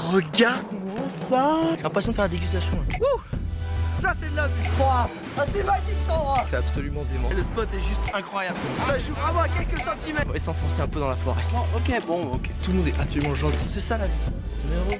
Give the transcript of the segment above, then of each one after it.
Regarde-moi ça. J'ai l'impression de faire la dégustation. Ça c'est de la vue. Ah, c'est magique cet endroit. C'est absolument dément. Le spot est juste incroyable. Ça joue vraiment à quelques centimètres. On va s'enfoncer un peu dans la forêt. Ok. Tout le monde est absolument gentil. C'est ça la vie.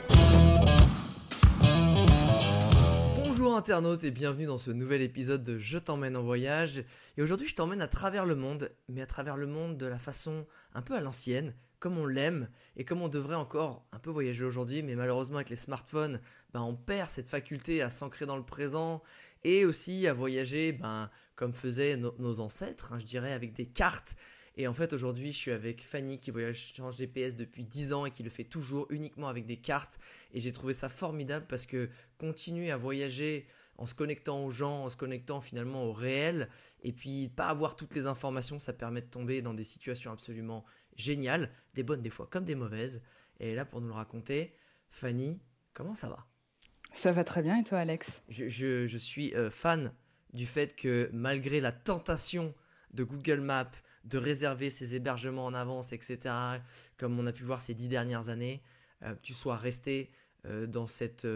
Bonjour internautes et bienvenue dans ce nouvel épisode de Je t'emmène en voyage. Et aujourd'hui je t'emmène à travers le monde, mais à travers le monde de la façon un peu à l'ancienne, comme on l'aime et comme on devrait encore un peu voyager aujourd'hui, mais malheureusement avec les smartphones, on perd cette faculté à s'ancrer dans le présent et aussi à voyager comme faisaient nos ancêtres, je dirais, avec des cartes. Et en fait aujourd'hui je suis avec Fanny qui voyage sur GPS depuis 10 ans et qui le fait toujours uniquement avec des cartes. Et j'ai trouvé ça formidable parce que continuer à voyager en se connectant aux gens, en se connectant finalement au réel, et puis pas avoir toutes les informations, ça permet de tomber dans des situations absolument géniales, des bonnes des fois comme des mauvaises. Et là pour nous le raconter, Fanny, comment ça va ? Ça va très bien et toi Alex ? Je suis fan du fait que malgré la tentation de Google Maps, de réserver ses hébergements en avance, etc., comme on a pu voir ces 10 dernières années, tu sois resté dans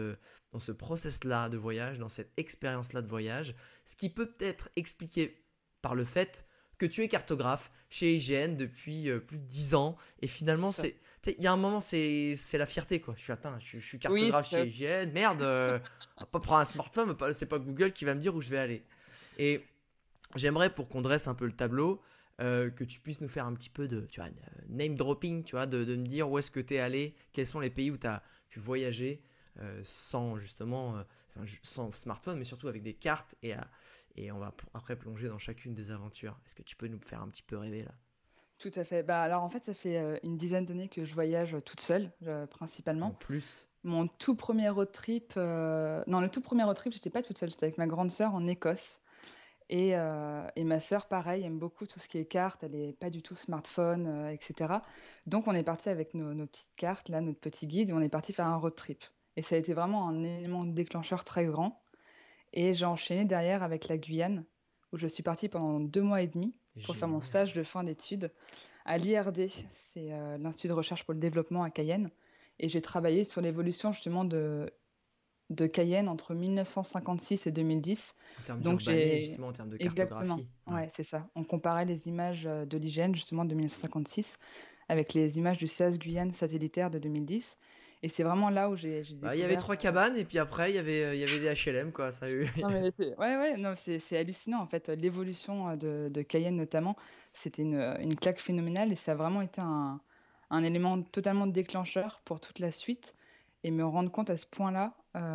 ce process-là de voyage, dans cette expérience-là de voyage, ce qui peut peut-être expliquer par le fait que tu es cartographe chez IGN depuis plus de 10 ans, et finalement, il y a un moment, c'est la fierté, quoi. Je suis cartographe chez IGN, merde, on va pas prendre un smartphone, c'est pas Google qui va me dire où je vais aller. Et j'aimerais, pour qu'on dresse un peu le tableau, que tu puisses nous faire un petit peu de name dropping, de me dire où est-ce que tu es allé, quels sont les pays où tu as pu voyager sans smartphone, mais surtout avec des cartes, et on va après plonger dans chacune des aventures. Est-ce que tu peux nous faire un petit peu rêver là ? Tout à fait. Alors en fait, ça fait une dizaine d'années que je voyage toute seule, principalement. En plus. Mon tout premier road trip, le tout premier road trip, j'étais pas toute seule, c'était avec ma grande sœur en Écosse. Et ma sœur, pareil, aime beaucoup tout ce qui est cartes, elle n'est pas du tout smartphone, etc. Donc on est parti avec nos petites cartes, là, notre petit guide, et on est parti faire un road trip. Et ça a été vraiment un élément déclencheur très grand. Et j'ai enchaîné derrière avec la Guyane, où je suis partie pendant 2 mois et demi pour faire mon stage de fin d'études à l'IRD, c'est l'Institut de recherche pour le développement à Cayenne. Et j'ai travaillé sur l'évolution justement de Cayenne entre 1956 et 2010. En termes d'urbanisme, justement, en termes de cartographie. Exactement, ouais, c'est ça. On comparait les images de l'IGN, justement, de 1956, avec les images du CEAS Guyane satellitaire de 2010. Et c'est vraiment là où j'ai découvert... Il y avait 3 cabanes, et puis après, il y avait des HLM, quoi. Ça a eu... c'est hallucinant, en fait. L'évolution de Cayenne, notamment, c'était une claque phénoménale, et ça a vraiment été un élément totalement déclencheur pour toute la suite. Et me rendre compte à ce point-là,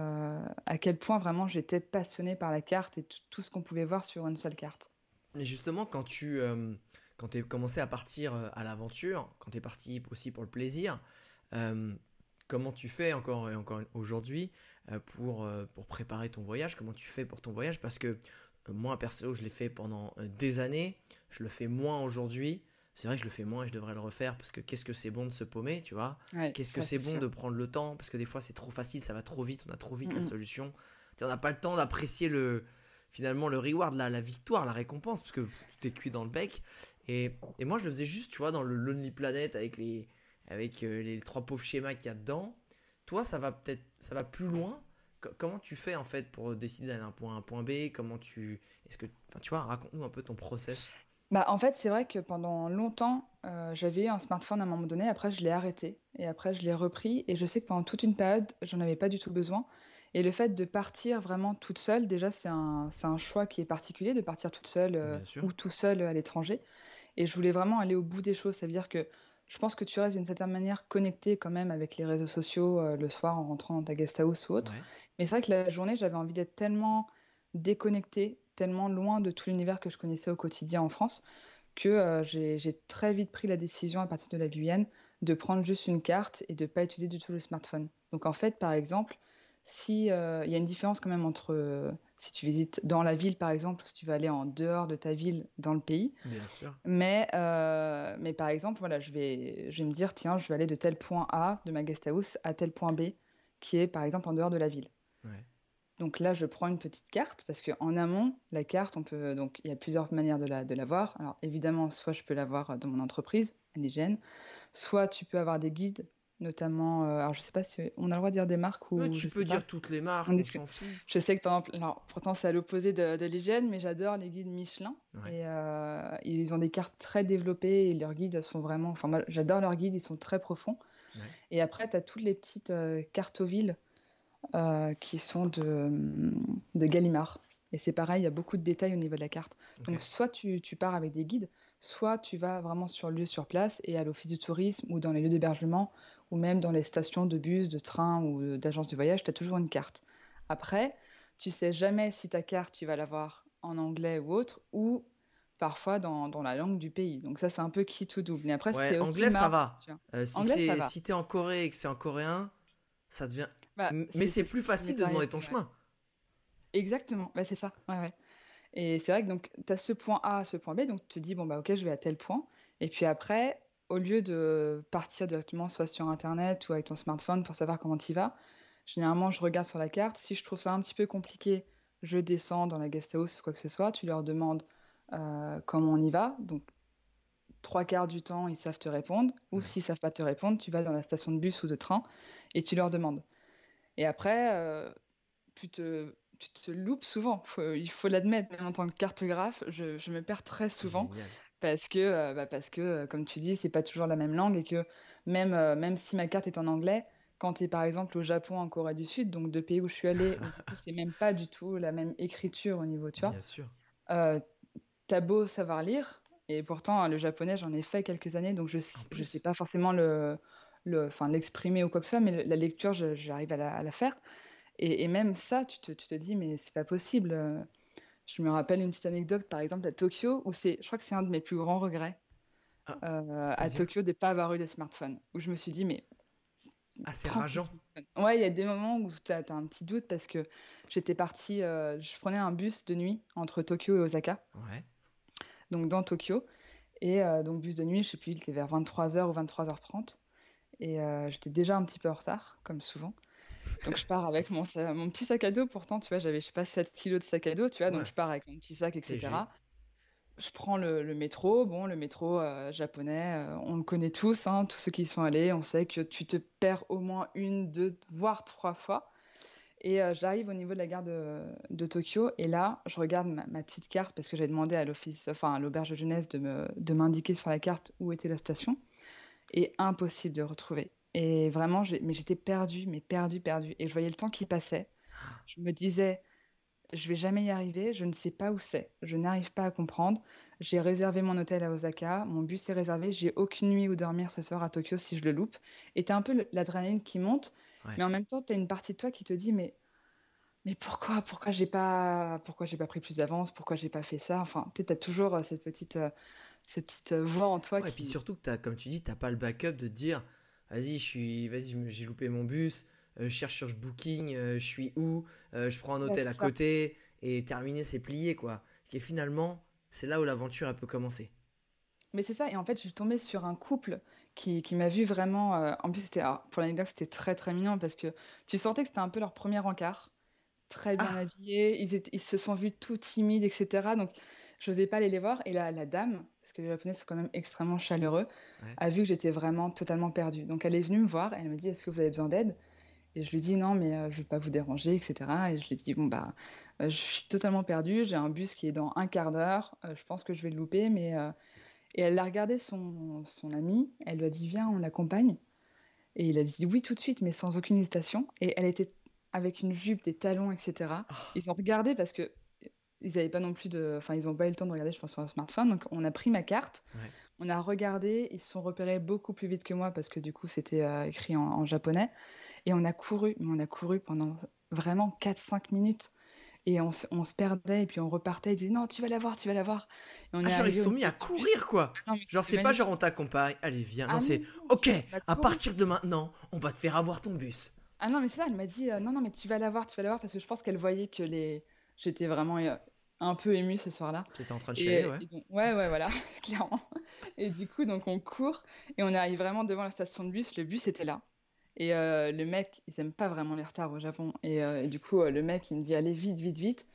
à quel point vraiment j'étais passionnée par la carte et tout ce qu'on pouvait voir sur une seule carte. Mais justement, quand tu es commencé à partir à l'aventure, quand tu es parti aussi pour le plaisir, comment tu fais encore aujourd'hui pour préparer ton voyage ? Comment tu fais pour ton voyage ? Parce que moi, perso, je l'ai fait pendant des années, je le fais moins aujourd'hui. C'est vrai que je le fais moins et je devrais le refaire parce que qu'est-ce que c'est bon de se paumer, tu vois ? Ouais, qu'est-ce que c'est bon sûr. de prendre le temps ? Parce que des fois, c'est trop facile, ça va trop vite, on a trop vite la solution. On n'a pas le temps d'apprécier finalement le reward, la victoire, la récompense, parce que tu es cuit dans le bec. Et moi, je le faisais juste, tu vois, dans le Lonely Planet avec les 3 pauvres schémas qu'il y a dedans. Toi, ça va plus loin. Comment tu fais en fait pour décider d'aller d'un point A à un point B ? Raconte-nous un peu ton process. En fait, c'est vrai que pendant longtemps, j'avais eu un smartphone à un moment donné. Après, je l'ai arrêté. Et après, je l'ai repris. Et je sais que pendant toute une période, j'en avais pas du tout besoin. Et le fait de partir vraiment toute seule, déjà, c'est un choix qui est particulier, de partir toute seule Bien sûr. ou tout seul à l'étranger. Et je voulais vraiment aller au bout des choses. Ça veut dire que je pense que tu restes d'une certaine manière connecté quand même avec les réseaux sociaux le soir en rentrant dans ta guest house ou autre. Ouais. Mais c'est vrai que la journée, j'avais envie d'être tellement déconnectée, tellement loin de tout l'univers que je connaissais au quotidien en France, que j'ai très vite pris la décision à partir de la Guyane de prendre juste une carte et de ne pas utiliser du tout le smartphone. Donc en fait, par exemple, si il y a une différence quand même entre si tu visites dans la ville, par exemple, ou si tu vas aller en dehors de ta ville dans le pays. Bien sûr. Mais par exemple, voilà, je vais me dire, tiens, je vais aller de tel point A de ma guest house à tel point B, qui est par exemple en dehors de la ville. Ouais. Donc là, je prends une petite carte parce qu'en amont, la carte, donc il y a plusieurs manières de la voir. Alors évidemment, soit je peux la voir dans mon entreprise, à l'IGN, soit tu peux avoir des guides notamment, alors je sais pas si on a le droit de dire des marques Ouais, ou tu je peux sais pas. dire toutes les marques, On on discute. s'en fout. Je sais que par exemple, alors pourtant c'est à l'opposé de l'hygiène, mais j'adore les guides Michelin. Ouais. Et ils ont des cartes très développées et leurs guides sont vraiment. Enfin, moi, j'adore leurs guides, ils sont très profonds. Ouais. Et après, tu as toutes les petites cartovilles qui sont de Gallimard. Et c'est pareil, il y a beaucoup de détails au niveau de la carte. Ok. Donc, soit tu pars avec des guides, soit tu vas vraiment sur le lieu, sur place, et à l'office du tourisme ou dans les lieux d'hébergement, ou même dans les stations de bus, de train ou d'agence de voyage, tu as toujours une carte. Après, tu sais jamais si ta carte, tu vas l'avoir en anglais ou autre, ou parfois dans la langue du pays. Donc ça, c'est un peu qui tout double. Mais après, Ouais, c'est aussi anglais, ça marrant. va. Tu vois. Si Anglais, ça c'est va. si t'es en Corée et que c'est en coréen, ça devient. Bah, Mais c'est c'est ce plus qui facile m'est de demander arrivé, ton ouais. chemin. Exactement, bah, c'est ça. Ouais, ouais. Et c'est vrai que donc tu as ce point A, ce point B, donc tu te dis bon bah OK, je vais à tel point. Et puis après, au lieu de partir directement soit sur internet ou avec ton smartphone pour savoir comment tu y vas, généralement je regarde sur la carte. Si je trouve ça un petit peu compliqué, je descends dans la guest house ou quoi que ce soit. Tu leur demandes comment on y va. Donc trois quarts du temps, ils savent te répondre. Ou Ouais. s'ils savent pas te répondre, tu vas dans la station de bus ou de train et tu leur demandes. Et après, tu te loupes souvent, il faut l'admettre, même en tant que cartographe, je me perds très souvent Génial. parce que comme tu dis, c'est pas toujours la même langue et que même si ma carte est en anglais, quand tu es par exemple au Japon, en Corée du Sud, donc deux pays où je suis allée, où du coup c'est même pas du tout la même écriture au niveau, tu vois, Bien sûr. euh, t'as beau savoir lire, et pourtant le japonais j'en ai fait quelques années, donc En je sais plus. pas forcément enfin, l'exprimer ou quoi que ce soit, mais la lecture, j'arrive à la faire. Et même ça, tu te dis, mais c'est pas possible. Je me rappelle une petite anecdote, par exemple, à Tokyo, où je crois que c'est un de mes plus grands regrets, Ah, à c'est-à-dire? Tokyo, de ne pas avoir eu de smartphone. Où je me suis dit, mais Ah, c'est prends ton rageant. smartphone. Ouais, il y a des moments où tu as un petit doute parce que j'étais partie, je prenais un bus de nuit entre Tokyo et Osaka, Ouais. donc dans Tokyo. Et donc, bus de nuit, je sais plus, il était vers 23h ou 23h30. Et j'étais déjà un petit peu en retard, comme souvent. Donc je pars avec mon petit sac à dos, pourtant, tu vois, j'avais, je sais pas, 7 kilos de sac à dos, tu vois, donc Ouais. je pars avec mon petit sac, Léger. etc. Je prends le métro, bon, le métro japonais, on le connaît tous, hein, tous ceux qui y sont allés, on sait que tu te perds au moins une, deux, voire trois fois. Et j'arrive au niveau de la gare de Tokyo, et là, je regarde ma petite carte, parce que j'avais demandé à l'office, enfin à l'auberge de jeunesse de m'indiquer sur la carte où était la station, et impossible de retrouver. Et vraiment, mais j'étais perdue, mais perdue, perdue. Et je voyais le temps qui passait. Je me disais, je vais jamais y arriver, je ne sais pas où c'est, je n'arrive pas à comprendre. J'ai réservé mon hôtel à Osaka, mon bus est réservé, j'ai aucune nuit où dormir ce soir à Tokyo si je le loupe. Et t'as un peu l'adrénaline qui monte, Ouais. mais en même temps, t'as une partie de toi qui te dit, mais pourquoi j'ai pas pris plus d'avance, pourquoi j'ai pas fait ça. Enfin, tu as toujours cette petite voix en toi Ouais, et puis qui. surtout que t'as, comme tu dis, t'as pas le backup de te dire, j'ai loupé mon bus, je cherche sur Booking, je suis où, je prends un Bah, hôtel c'est à ça. côté et terminé, c'est plié quoi. Et finalement, c'est là où l'aventure elle peut commencer. Mais c'est ça, et en fait, je suis tombée sur un couple qui m'a vu vraiment. En plus, pour l'anecdote, c'était très très mignon parce que tu sentais que c'était un peu leur premier encart, très bien Ah, habillés, ils se sont vus tout timides, etc. Donc, je n'osais pas aller les voir. Et la dame, parce que les Japonais sont quand même extrêmement chaleureux, ouais. a vu que j'étais vraiment totalement perdue. Donc, elle est venue me voir et elle me dit, est-ce que vous avez besoin d'aide? Et je lui dis, non, mais je ne vais pas vous déranger, etc. Et je lui dis, bon, bah, je suis totalement perdue, j'ai un bus qui est dans un quart d'heure, je pense que je vais le louper, mais. Et elle a regardé son ami, elle lui a dit viens, on l'accompagne. Et il a dit oui tout de suite, mais sans aucune hésitation. Et elle était avec une jupe, des talons, etc. Oh, Ils ont regardé parce que ils n'avaient pas non plus enfin ils n'ont pas eu le temps de regarder, je pense, sur un smartphone. Donc on a pris ma carte, ouais. on a regardé, ils se sont repérés beaucoup plus vite que moi parce que du coup c'était écrit en japonais. Et on a couru pendant vraiment 4 5 minutes. Et on se perdait et puis on repartait. Ils disaient non, tu vas la voir, tu vas la voir. Et on Ah, est genre ils se arrivé au sont mis niveau à du bus. courir quoi. Ah non, mais Genre c'était c'est pas genre on magnifique. t'accompagne, allez viens. Non Ah c'est non, non, ok, on a à couru. partir de maintenant, on va te faire avoir ton bus. Ah non, mais c'est ça, elle m'a dit non, non, mais tu vas la voir parce que je pense qu'elle voyait que j'étais vraiment un peu émue ce soir-là. T'étais en train de chialer, ouais. Et donc, ouais, ouais, voilà, clairement. Et du coup, donc on court et on arrive vraiment devant la station de bus. Le bus était là. Et le mec, ils aiment pas vraiment les retards au Japon. Et du coup, le mec, il me dit allez vite, vite, vite.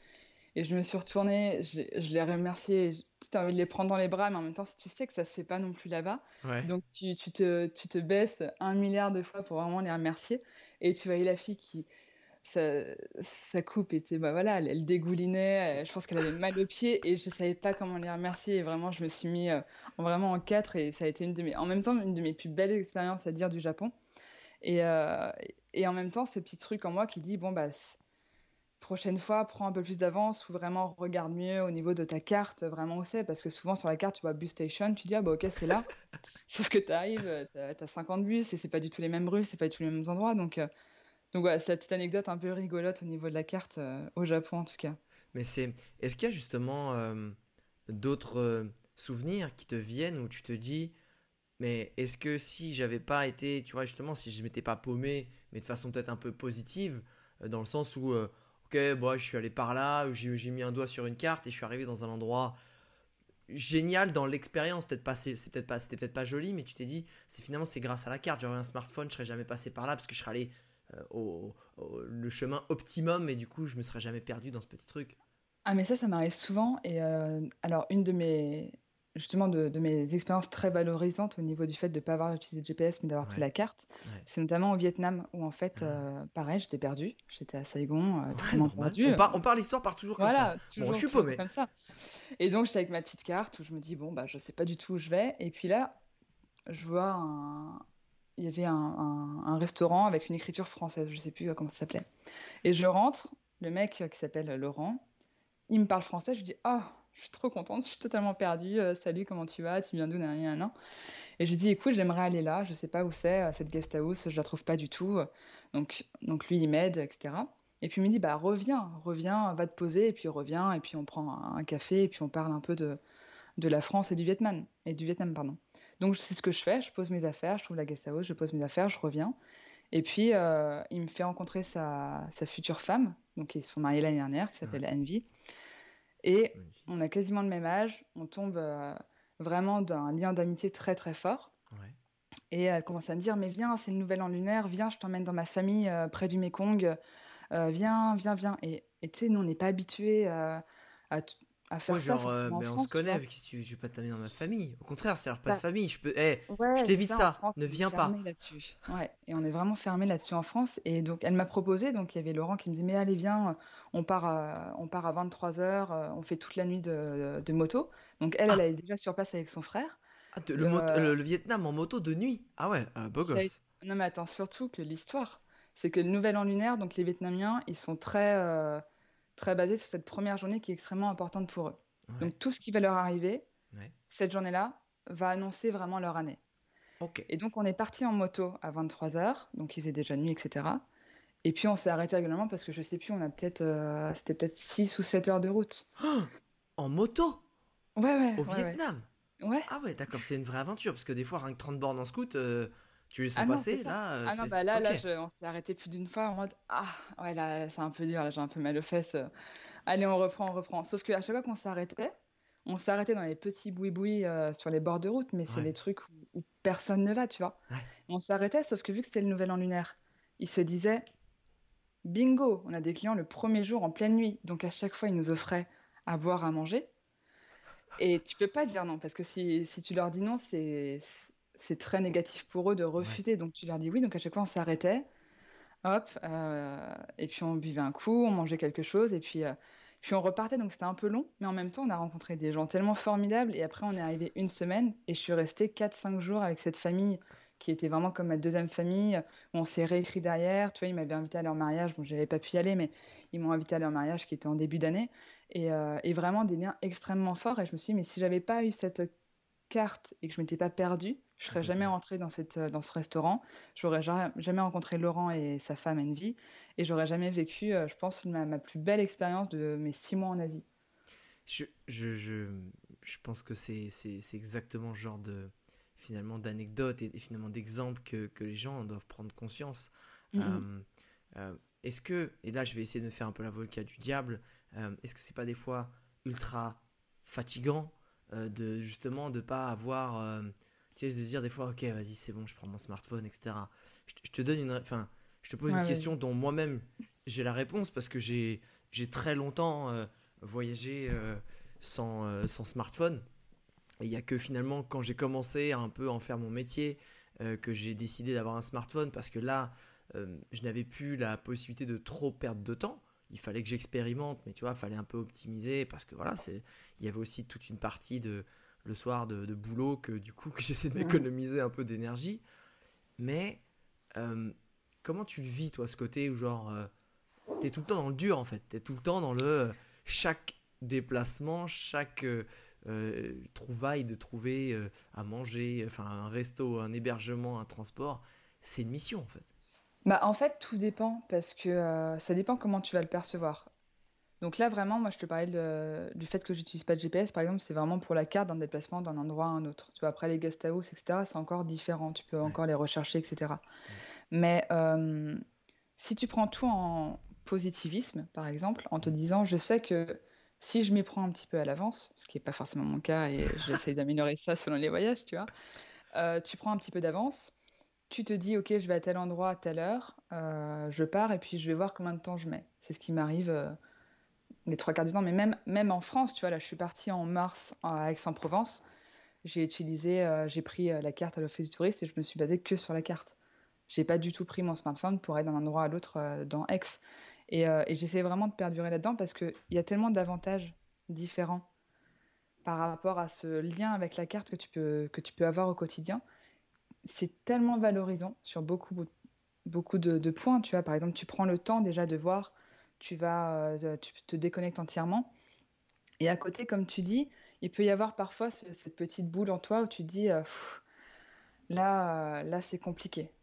Et je me suis retournée, je l'ai remercié. Tu as envie de les prendre dans les bras, mais en même temps, tu sais que ça se fait pas non plus là-bas. Ouais. Donc, tu te baisses 1 milliard de fois pour vraiment les remercier. Et tu voyais la fille qui, sa, sa coupe était, bah voilà, elle dégoulinait. Je pense qu'elle avait mal aux pieds et je savais pas comment les remercier. Et vraiment, je me suis mis vraiment en quatre et ça a été en même temps, une de mes plus belles expériences à dire du Japon. Et, euh, et en même temps, ce petit truc en moi qui dit, bon, bah, prochaine fois, prends un peu plus d'avance ou vraiment regarde mieux au niveau de ta carte, vraiment où c'est. Parce que souvent, sur la carte, tu vois bus station, tu dis, ah bah ok, c'est là. Sauf que tu arrives, t'as 50 bus et c'est pas du tout les mêmes rues, c'est pas du tout les mêmes endroits. Donc voilà, c'est la petite anecdote un peu rigolote au niveau de la carte, au Japon en tout cas. Mais est-ce qu'il y a justement d'autres souvenirs qui te viennent où tu te dis, mais est-ce que si j'avais pas été, tu vois, justement, si je m'étais pas paumé, mais de façon peut-être un peu positive, dans le sens où, ok, bon, je suis allé par là, où j'ai mis un doigt sur une carte et je suis arrivé dans un endroit génial dans l'expérience. Peut-être pas, c'était peut-être pas joli, mais tu t'es dit, finalement c'est grâce à la carte. J'aurais un smartphone, je serais jamais passé par là parce que je serais allé le chemin optimum et du coup je me serais jamais perdu dans ce petit truc. Ah mais ça m'arrive souvent. Et alors, une de mes, justement, de mes expériences très valorisantes au niveau du fait de ne pas avoir utilisé de GPS mais d'avoir pris Ouais, la carte, ouais. c'est notamment au Vietnam où en fait, Ah. pareil, j'étais perdue. J'étais à Saigon, Ouais, totalement normal. perdue. On part l'histoire part toujours comme ça. Voilà, Bon, je toujours, suis toujours paumé. comme ça. Et donc, j'étais avec ma petite carte où je me dis, bon, bah, je sais pas du tout où je vais. Et puis là, je vois il y avait un restaurant avec une écriture française, je sais plus comment ça s'appelait. Et je rentre, le mec qui s'appelle Laurent, il me parle français, je lui dis, ah, je suis trop contente, je suis totalement perdue. Salut, comment tu vas? Tu viens d'où? Nan. Et je lui dis, écoute, j'aimerais aller là, je sais pas où c'est, cette guest house, je la trouve pas du tout. Donc lui, il m'aide, etc. Et puis il me dit, bah reviens, va te poser, et puis reviens, et puis on prend un café, et puis on parle un peu de la France et du Vietnam, pardon. Donc c'est ce que je fais, je pose mes affaires, je trouve la guest house, je pose mes affaires, je reviens. Et puis il me fait rencontrer sa future femme, donc ils se sont mariés l'année dernière, qui Ouais, s'appelle Envy. Et magnifique. on a quasiment le même âge, on tombe vraiment d'un lien d'amitié très très fort. Ouais. Et elle commence à me dire, mais viens, c'est le nouvel an lunaire, viens, je t'emmène dans ma famille près du Mékong, viens. Et tu sais, nous, on n'est pas habitués à, t- à Ouais, faire ça genre, forcément en mais on se France, tu connaît, vois. vu que tu veux pas t'amener dans ma famille. Au contraire, c'est alors pas de Bah, famille. Je ouais, c'est t'évite ça, en ça. France, Ne on est viens pas. fermé là-dessus. Ouais, et on est vraiment fermé là-dessus en France. Et donc, elle m'a proposé, donc il y avait Laurent qui me dit, mais allez, viens, on part à 23 heures, on fait toute la nuit de moto. Donc, elle Ah, est déjà sur place avec son frère. le Vietnam en moto de nuit. Ah ouais, beau Ça a gosse. Non, mais attends, surtout que l'histoire, c'est que le Nouvel An lunaire, donc les Vietnamiens, ils sont très basés sur cette première journée qui est extrêmement importante pour eux. Ouais, Donc tout ce qui va leur arriver, ouais. cette journée-là, va annoncer vraiment leur année. Ok. Et donc on est parti en moto à 23 heures, donc il faisait déjà nuit, etc. Et puis on s'est arrêté régulièrement parce que je sais plus, c'était peut-être 6 ou 7 heures de route. En moto au Ouais. Vietnam. Ouais. Ah ouais, d'accord, c'est une vraie aventure. Parce que des fois, rien que 30 bornes en scoot, tu les sens Ah non, c'est passer. ça. Là, Ah non, bah là, ok. on s'est arrêté plus d'une fois en mode, ah, ouais, là, c'est un peu dur, là, j'ai un peu mal aux fesses. Allez, on reprend. Sauf qu'à chaque fois qu'on s'arrêtait, on s'arrêtait dans les petits boui-boui sur les bords de route, mais c'est Ouais, les trucs où personne ne va, tu vois. ouais. On s'arrêtait, sauf que vu que c'était le nouvel an lunaire, ils se disaient, bingo, on a des clients le premier jour en pleine nuit. Donc à chaque fois, ils nous offraient à boire, à manger. Et tu peux pas dire non, parce que si tu leur dis non, c'est très négatif pour eux de Ouais. refuser. Donc tu leur dis oui, donc à chaque fois, on s'arrêtait. Hop, et puis on buvait un coup, on mangeait quelque chose, puis on repartait, donc c'était un peu long, mais en même temps, on a rencontré des gens tellement formidables, et après, on est arrivé une semaine, et je suis restée 4 5 jours avec cette famille qui était vraiment comme ma deuxième famille, où on s'est réécrit derrière, tu vois, ils m'avaient invité à leur mariage, bon, j'avais pas pu y aller, mais ils m'ont invité à leur mariage qui était en début d'année, et vraiment des liens extrêmement forts, et je me suis dit, mais si j'avais pas eu cette carte et que je m'étais pas perdue, je serais jamais Complètement. rentrée dans ce restaurant. J'aurais jamais rencontré Laurent et sa femme Envy. Et j'aurais jamais vécu, je pense, ma plus belle expérience de mes 6 mois en Asie. Je, je, je, je pense que c'est exactement le genre finalement d'anecdotes et finalement d'exemples que les gens doivent prendre conscience. Mm, mm. Euh, Est-ce que, et là je vais essayer de me faire un peu l'avocat du diable, est-ce que c'est pas des fois ultra fatigant de justement de pas avoir, tu sais, de se dire des fois, ok, vas-y, c'est bon, je prends mon smartphone, etc. Je te donne enfin, je te pose une Ouais, question vas-y. dont moi-même j'ai la réponse parce que j'ai très longtemps voyager sans smartphone. Et il n'y a que finalement, quand j'ai commencé à un peu en faire mon métier, que j'ai décidé d'avoir un smartphone parce que là, je n'avais plus la possibilité de trop perdre de temps. Il fallait que j'expérimente, mais tu vois, il fallait un peu optimiser parce que voilà, il y avait aussi toute une partie le soir de boulot que du coup, que j'essaie de m'économiser un peu d'énergie. Mais comment tu le vis, toi, ce côté où genre, t'es tout le temps dans le dur en fait, t'es tout le temps dans chaque déplacement, chaque trouvaille de trouver à manger, enfin un resto, un hébergement, un transport, c'est une mission en fait. Bah, en fait, tout dépend parce que ça dépend comment tu vas le percevoir. Donc là, vraiment, moi, je te parlais du fait que j'utilise pas de GPS, par exemple, c'est vraiment pour la carte d'un déplacement d'un endroit à un autre. Tu vois, après les guest house, etc., c'est encore différent. Tu peux Ouais. encore les rechercher, etc. Ouais. Mais si tu prends tout en positivisme, par exemple, en te disant, je sais que si je m'y prends un petit peu à l'avance, ce qui n'est pas forcément mon cas et j'essaie d'améliorer ça selon les voyages, tu vois, tu prends un petit peu d'avance, tu te dis, ok, je vais à tel endroit à telle heure, je pars et puis je vais voir combien de temps je mets. C'est ce qui m'arrive les trois quarts du temps, mais même en France, tu vois, là, je suis partie en mars à Aix-en-Provence, j'ai pris la carte à l'office du touriste et je me suis basée que sur la carte. J'ai pas du tout pris mon smartphone pour aller d'un endroit à l'autre dans Aix. Et j'essaie vraiment de perdurer là-dedans parce qu'il y a tellement d'avantages différents par rapport à ce lien avec la carte que tu peux avoir au quotidien. C'est tellement valorisant sur beaucoup de points. Tu vois, par exemple, tu prends le temps déjà de voir, tu te déconnectes entièrement. Et à côté, comme tu dis, il peut y avoir parfois cette petite boule en toi où tu te dis, là, c'est compliqué.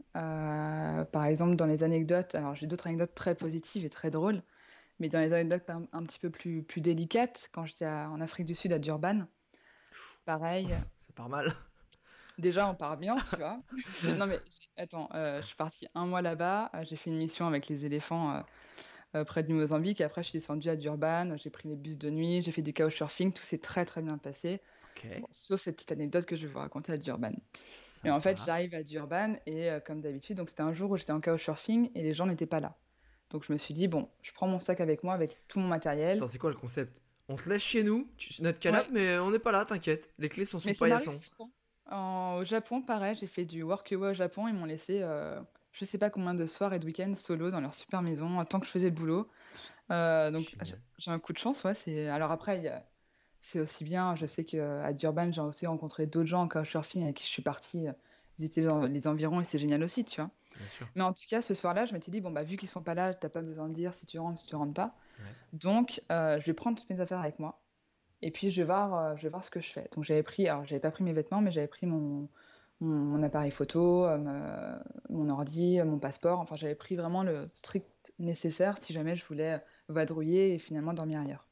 Par exemple, dans les anecdotes, alors j'ai d'autres anecdotes très positives et très drôles, mais dans les anecdotes un petit peu plus délicates, quand j'étais en Afrique du Sud, à Durban, pareil, C'est pas mal. déjà on part bien, tu vois. Non mais attends, je suis partie un mois là-bas, j'ai fait une mission avec les éléphants près du Mozambique, et après je suis descendue à Durban, j'ai pris les bus de nuit, j'ai fait du couchsurfing, tout s'est très très bien passé, Ok, bon, sauf cette petite anecdote que je vais vous raconter à Durban. Et en fait, sympa. j'arrive à Durban et comme d'habitude, donc c'était un jour où j'étais en couchsurfing et les gens n'étaient pas là. Donc je me suis dit, bon, je prends mon sac avec moi avec tout mon matériel. Attends, c'est quoi le concept? On te laisse chez nous, notre Ouais, canapé, mais on n'est pas là, t'inquiète. Les clés sont sous mais le ça m'arrive paillasson. souvent. Au Japon, pareil, j'ai fait du workaway au Japon. Ils m'ont laissé, je sais pas combien de soirs et de week-ends solo dans leur super maison, tant que je faisais le boulot. Donc Génial. j'ai un coup de chance, ouais. Alors après, c'est aussi bien. Je sais qu'à Durban, j'ai aussi rencontré d'autres gens en couchsurfing avec qui je suis partie visiter les environs et c'est génial aussi, tu vois. Bien sûr. Mais en tout cas, ce soir-là, je m'étais dit, bon, bah, vu qu'ils sont pas là, t'as pas besoin de dire si tu rentres pas. Ouais. Donc, je vais prendre toutes mes affaires avec moi. Et puis, je vais voir ce que je fais. Donc, alors, j'avais pas pris mes vêtements, mais j'avais pris mon appareil photo, mon ordi, mon passeport. Enfin, j'avais pris vraiment le strict nécessaire si jamais je voulais vadrouiller et finalement dormir ailleurs.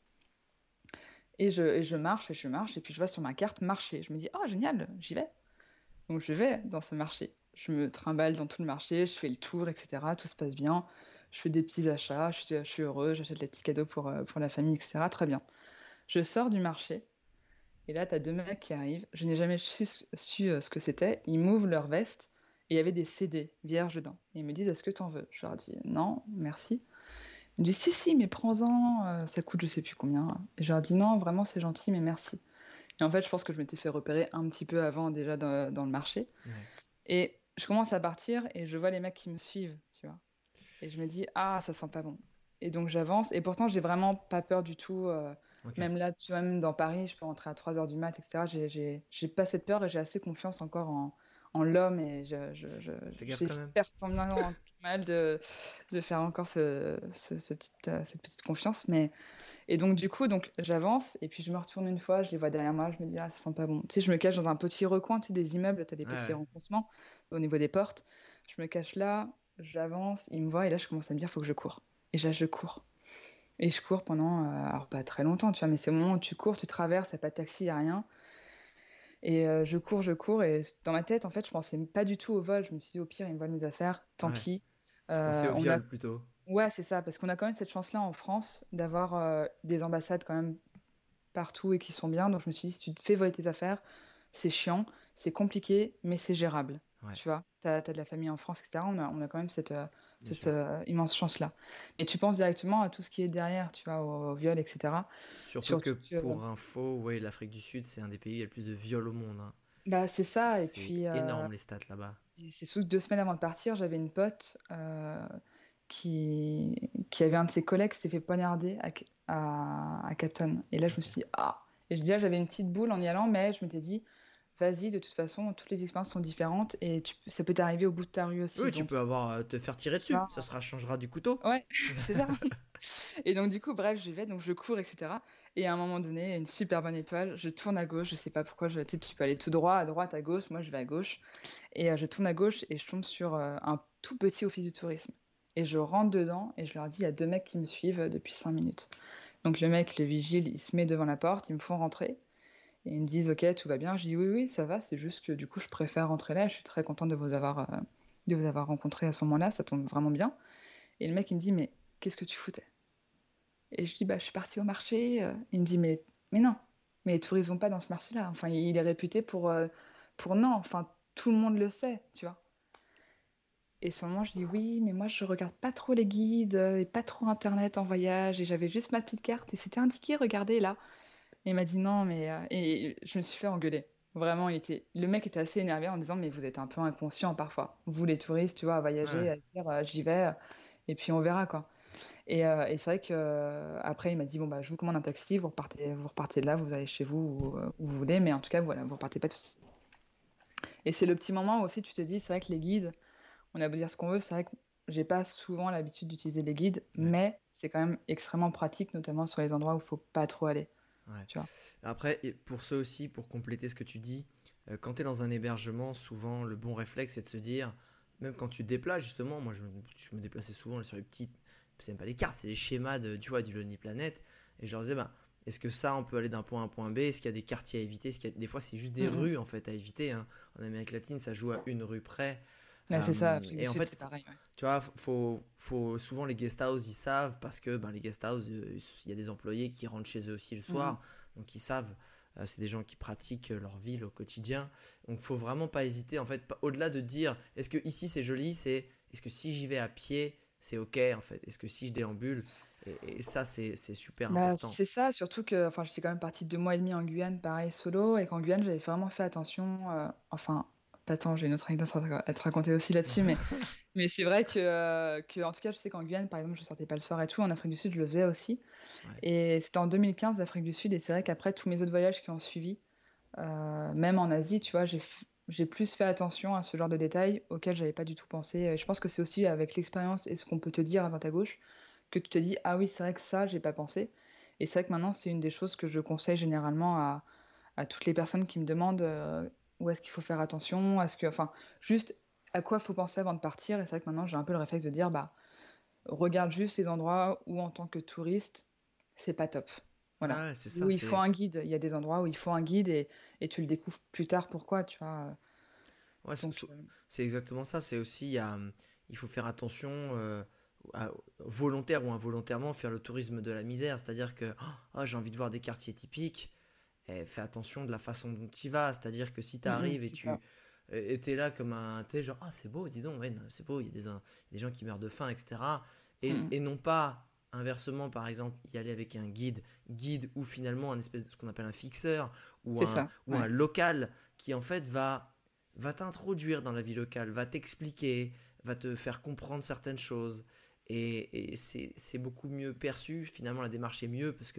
Et je marche, et je marche, et puis je vois sur ma carte marché. Je me dis, oh, génial, j'y vais. Donc je vais dans ce marché. Je me trimballe dans tout le marché, je fais le tour, etc. Tout se passe bien. Je fais des petits achats, je suis heureux, j'achète des petits cadeaux pour la famille, etc. Très bien. Je sors du marché et là, tu as deux mecs qui arrivent. Je n'ai jamais su ce que c'était. Ils m'ouvrent leur veste et il y avait des CD vierges dedans. Et ils me disent, est-ce que tu en veux? Je leur dis, non, merci. Ils me disent, si, si, mais prends-en, ça coûte je sais plus combien. Et je leur dis, non, vraiment, c'est gentil, mais merci. Et en fait, je pense que je m'étais fait repérer un petit peu avant déjà dans le marché. Ouais. Et je commence à partir et je vois les mecs qui me suivent, tu vois. Et je me dis, ah, ça sent pas bon. Et donc j'avance. Et pourtant, j'ai vraiment pas peur du tout. Ok. Même là, tu vois, même dans Paris, je peux rentrer à 3 heures du mat, etc. J'ai pas cette peur et j'ai assez confiance encore en l'homme. Et Fais gaffe quand même. j'espère tant bien que mal de faire encore cette petite confiance. Et donc, du coup, j'avance et puis je me retourne une fois, je les vois derrière moi, je me dis, ah, ça sent pas bon. Tu sais, je me cache dans un petit recoin, tu sais, des immeubles, tu as des Ouais, petits ouais. renfoncements au niveau des portes. Je me cache là, j'avance, ils me voient et là, je commence à me dire, faut que je cours. Et là, je cours. Et je cours pendant, alors pas très longtemps, tu vois, mais c'est au moment où tu cours, tu traverses, il n'y a pas de taxi, il n'y a rien. Et je cours et dans ma tête, en fait, je pensais pas du tout au vol. Je me suis dit, au pire, ils me volent mes affaires, tant Ouais. pis. Je pensais au On a viol plutôt. Ouais, c'est ça, parce qu'on a quand même cette chance-là en France d'avoir des ambassades quand même partout et qui sont bien. Donc je me suis dit, si tu te fais voler tes affaires, c'est chiant, c'est compliqué, mais c'est gérable. Ouais. Tu vois, t'as de la famille en France, etc. On a quand même cette immense chance-là. Et tu penses directement à tout ce qui est derrière, tu vois, au viol, etc. Surtout que pour info, ouais, l'Afrique du Sud, c'est un des pays qui a le plus de viols au monde. Hein. Bah, c'est ça, et C'est puis énorme les stats là-bas. c'est sous 2 semaines avant de partir, j'avais une pote qui avait un de ses collègues qui s'est fait poignarder à Capton. Et là, je me suis dit, ah! Et déjà, j'avais une petite boule en y allant, mais je m'étais dit, vas-y, de toute façon, toutes les expériences sont différentes et ça peut t'arriver au bout de ta rue aussi. Oui, tu peux te faire tirer dessus, ça changera du couteau. Ouais, c'est ça. Et donc, du coup, bref, je vais, donc je cours, etc. Et à un moment donné, une super bonne étoile, je tourne à gauche, je sais pas pourquoi, tu sais, tu peux aller tout droit, à droite, à gauche, moi je vais à gauche. Et je tourne à gauche et je tombe sur un tout petit office du tourisme. Et je rentre dedans et je leur dis, il y a 2 mecs qui me suivent depuis 5 minutes. Donc le mec, le vigile, il se met devant la porte, ils me font rentrer. Et ils me disent, ok, tout va bien. Je dis, oui, oui, ça va, c'est juste que du coup, je préfère rentrer là. Je suis très contente de vous avoir rencontré à ce moment-là, ça tombe vraiment bien. Et le mec, il me dit, mais qu'est-ce que tu foutais? Et je dis, bah, je suis partie au marché. Il me dit, mais non, mais les touristes vont pas dans ce marché-là. Enfin, il est réputé pour non. Enfin, tout le monde le sait, tu vois. Et sur le moment, je dis, oui, mais moi, je regarde pas trop les guides et pas trop Internet en voyage. Et j'avais juste ma petite carte et c'était indiqué, regardez là. Et il m'a dit non, mais. Et je me suis fait engueuler. Vraiment, le mec était assez énervé en disant, mais vous êtes un peu inconscient parfois. Vous, les touristes, tu vois, à voyager, à se dire, j'y vais, et puis on verra, quoi. Et c'est vrai que après il m'a dit bon bah je vous commande un taxi, vous repartez de là, vous allez chez vous où vous voulez, mais en tout cas voilà, vous repartez pas tout de suite. Et c'est le petit moment où aussi tu te dis c'est vrai que les guides, on a beau dire ce qu'on veut, c'est vrai que j'ai pas souvent l'habitude d'utiliser les guides, mais c'est quand même extrêmement pratique, notamment sur les endroits où il faut pas trop aller. Ouais. Tu vois. Après, pour ça aussi, pour compléter ce que tu dis, quand tu es dans un hébergement, souvent le bon réflexe c'est de se dire, même quand tu te déplaces justement, moi je me déplaçais souvent sur les petites, c'est même pas les cartes, c'est les schémas tu vois, du Lonely Planet, et je leur disais, est-ce que ça on peut aller d'un point A à un point B, est-ce qu'il y a des quartiers à éviter, des fois c'est juste des rues en fait à éviter, hein. En Amérique latine ça joue à une rue près. Ouais, c'est ça, Afrique du Et en Sud, fait, c'est pareil. Ouais. tu vois, faut souvent les guest house, ils savent parce que les guest house, il y a des employés qui rentrent chez eux aussi le soir, donc ils savent. C'est des gens qui pratiquent leur ville au quotidien. Donc, faut vraiment pas hésiter. En fait, au-delà de dire est-ce que ici c'est joli, c'est est-ce que si j'y vais à pied, c'est ok en fait. Est-ce que si je déambule, et ça c'est super important. C'est ça, surtout que enfin, j'étais quand même partie 2 mois et demi en Guyane, pareil, solo, et qu'en Guyane, j'avais vraiment fait attention. Enfin, pas tant, j'ai une autre anecdote à te raconter aussi là-dessus, mais c'est vrai en tout cas, je sais qu'en Guyane, par exemple, je sortais pas le soir et tout. En Afrique du Sud, je le faisais aussi. Ouais. Et c'était en 2015, l'Afrique du Sud, et c'est vrai qu'après tous mes autres voyages qui ont suivi, même en Asie, tu vois, j'ai plus fait attention à ce genre de détails auxquels j'avais pas du tout pensé. Et je pense que c'est aussi avec l'expérience et ce qu'on peut te dire à droite à gauche que tu te dis, ah oui, c'est vrai que ça, j'ai pas pensé. Et c'est vrai que maintenant, c'est une des choses que je conseille généralement à toutes les personnes qui me demandent où est-ce qu'il faut faire attention, enfin, juste à quoi faut penser avant de partir. Et c'est vrai que maintenant, j'ai un peu le réflexe de dire, bah, regarde juste les endroits où, en tant que touriste, c'est pas top. Voilà. Ah, c'est ça. Où il faut un guide. Il y a des endroits où il faut un guide et tu le découvres plus tard pourquoi, tu vois. Ouais, Donc, c'est exactement ça. C'est aussi, il faut faire attention, volontaire ou involontairement, faire le tourisme de la misère. C'est-à-dire que j'ai envie de voir des quartiers typiques. Fais attention de la façon dont tu y vas. C'est-à-dire que si tu arrives et c'est tu ça. étais là comme un. Tu sais, genre, c'est beau, dis donc, ouais, non, c'est beau, il y a des gens qui meurent de faim, etc. Et non pas, inversement, par exemple, y aller avec un guide ou finalement un espèce de ce qu'on appelle un fixeur ou un local qui en fait va t'introduire dans la vie locale, va t'expliquer, va te faire comprendre certaines choses. Et c'est beaucoup mieux perçu. Finalement, la démarche est mieux parce que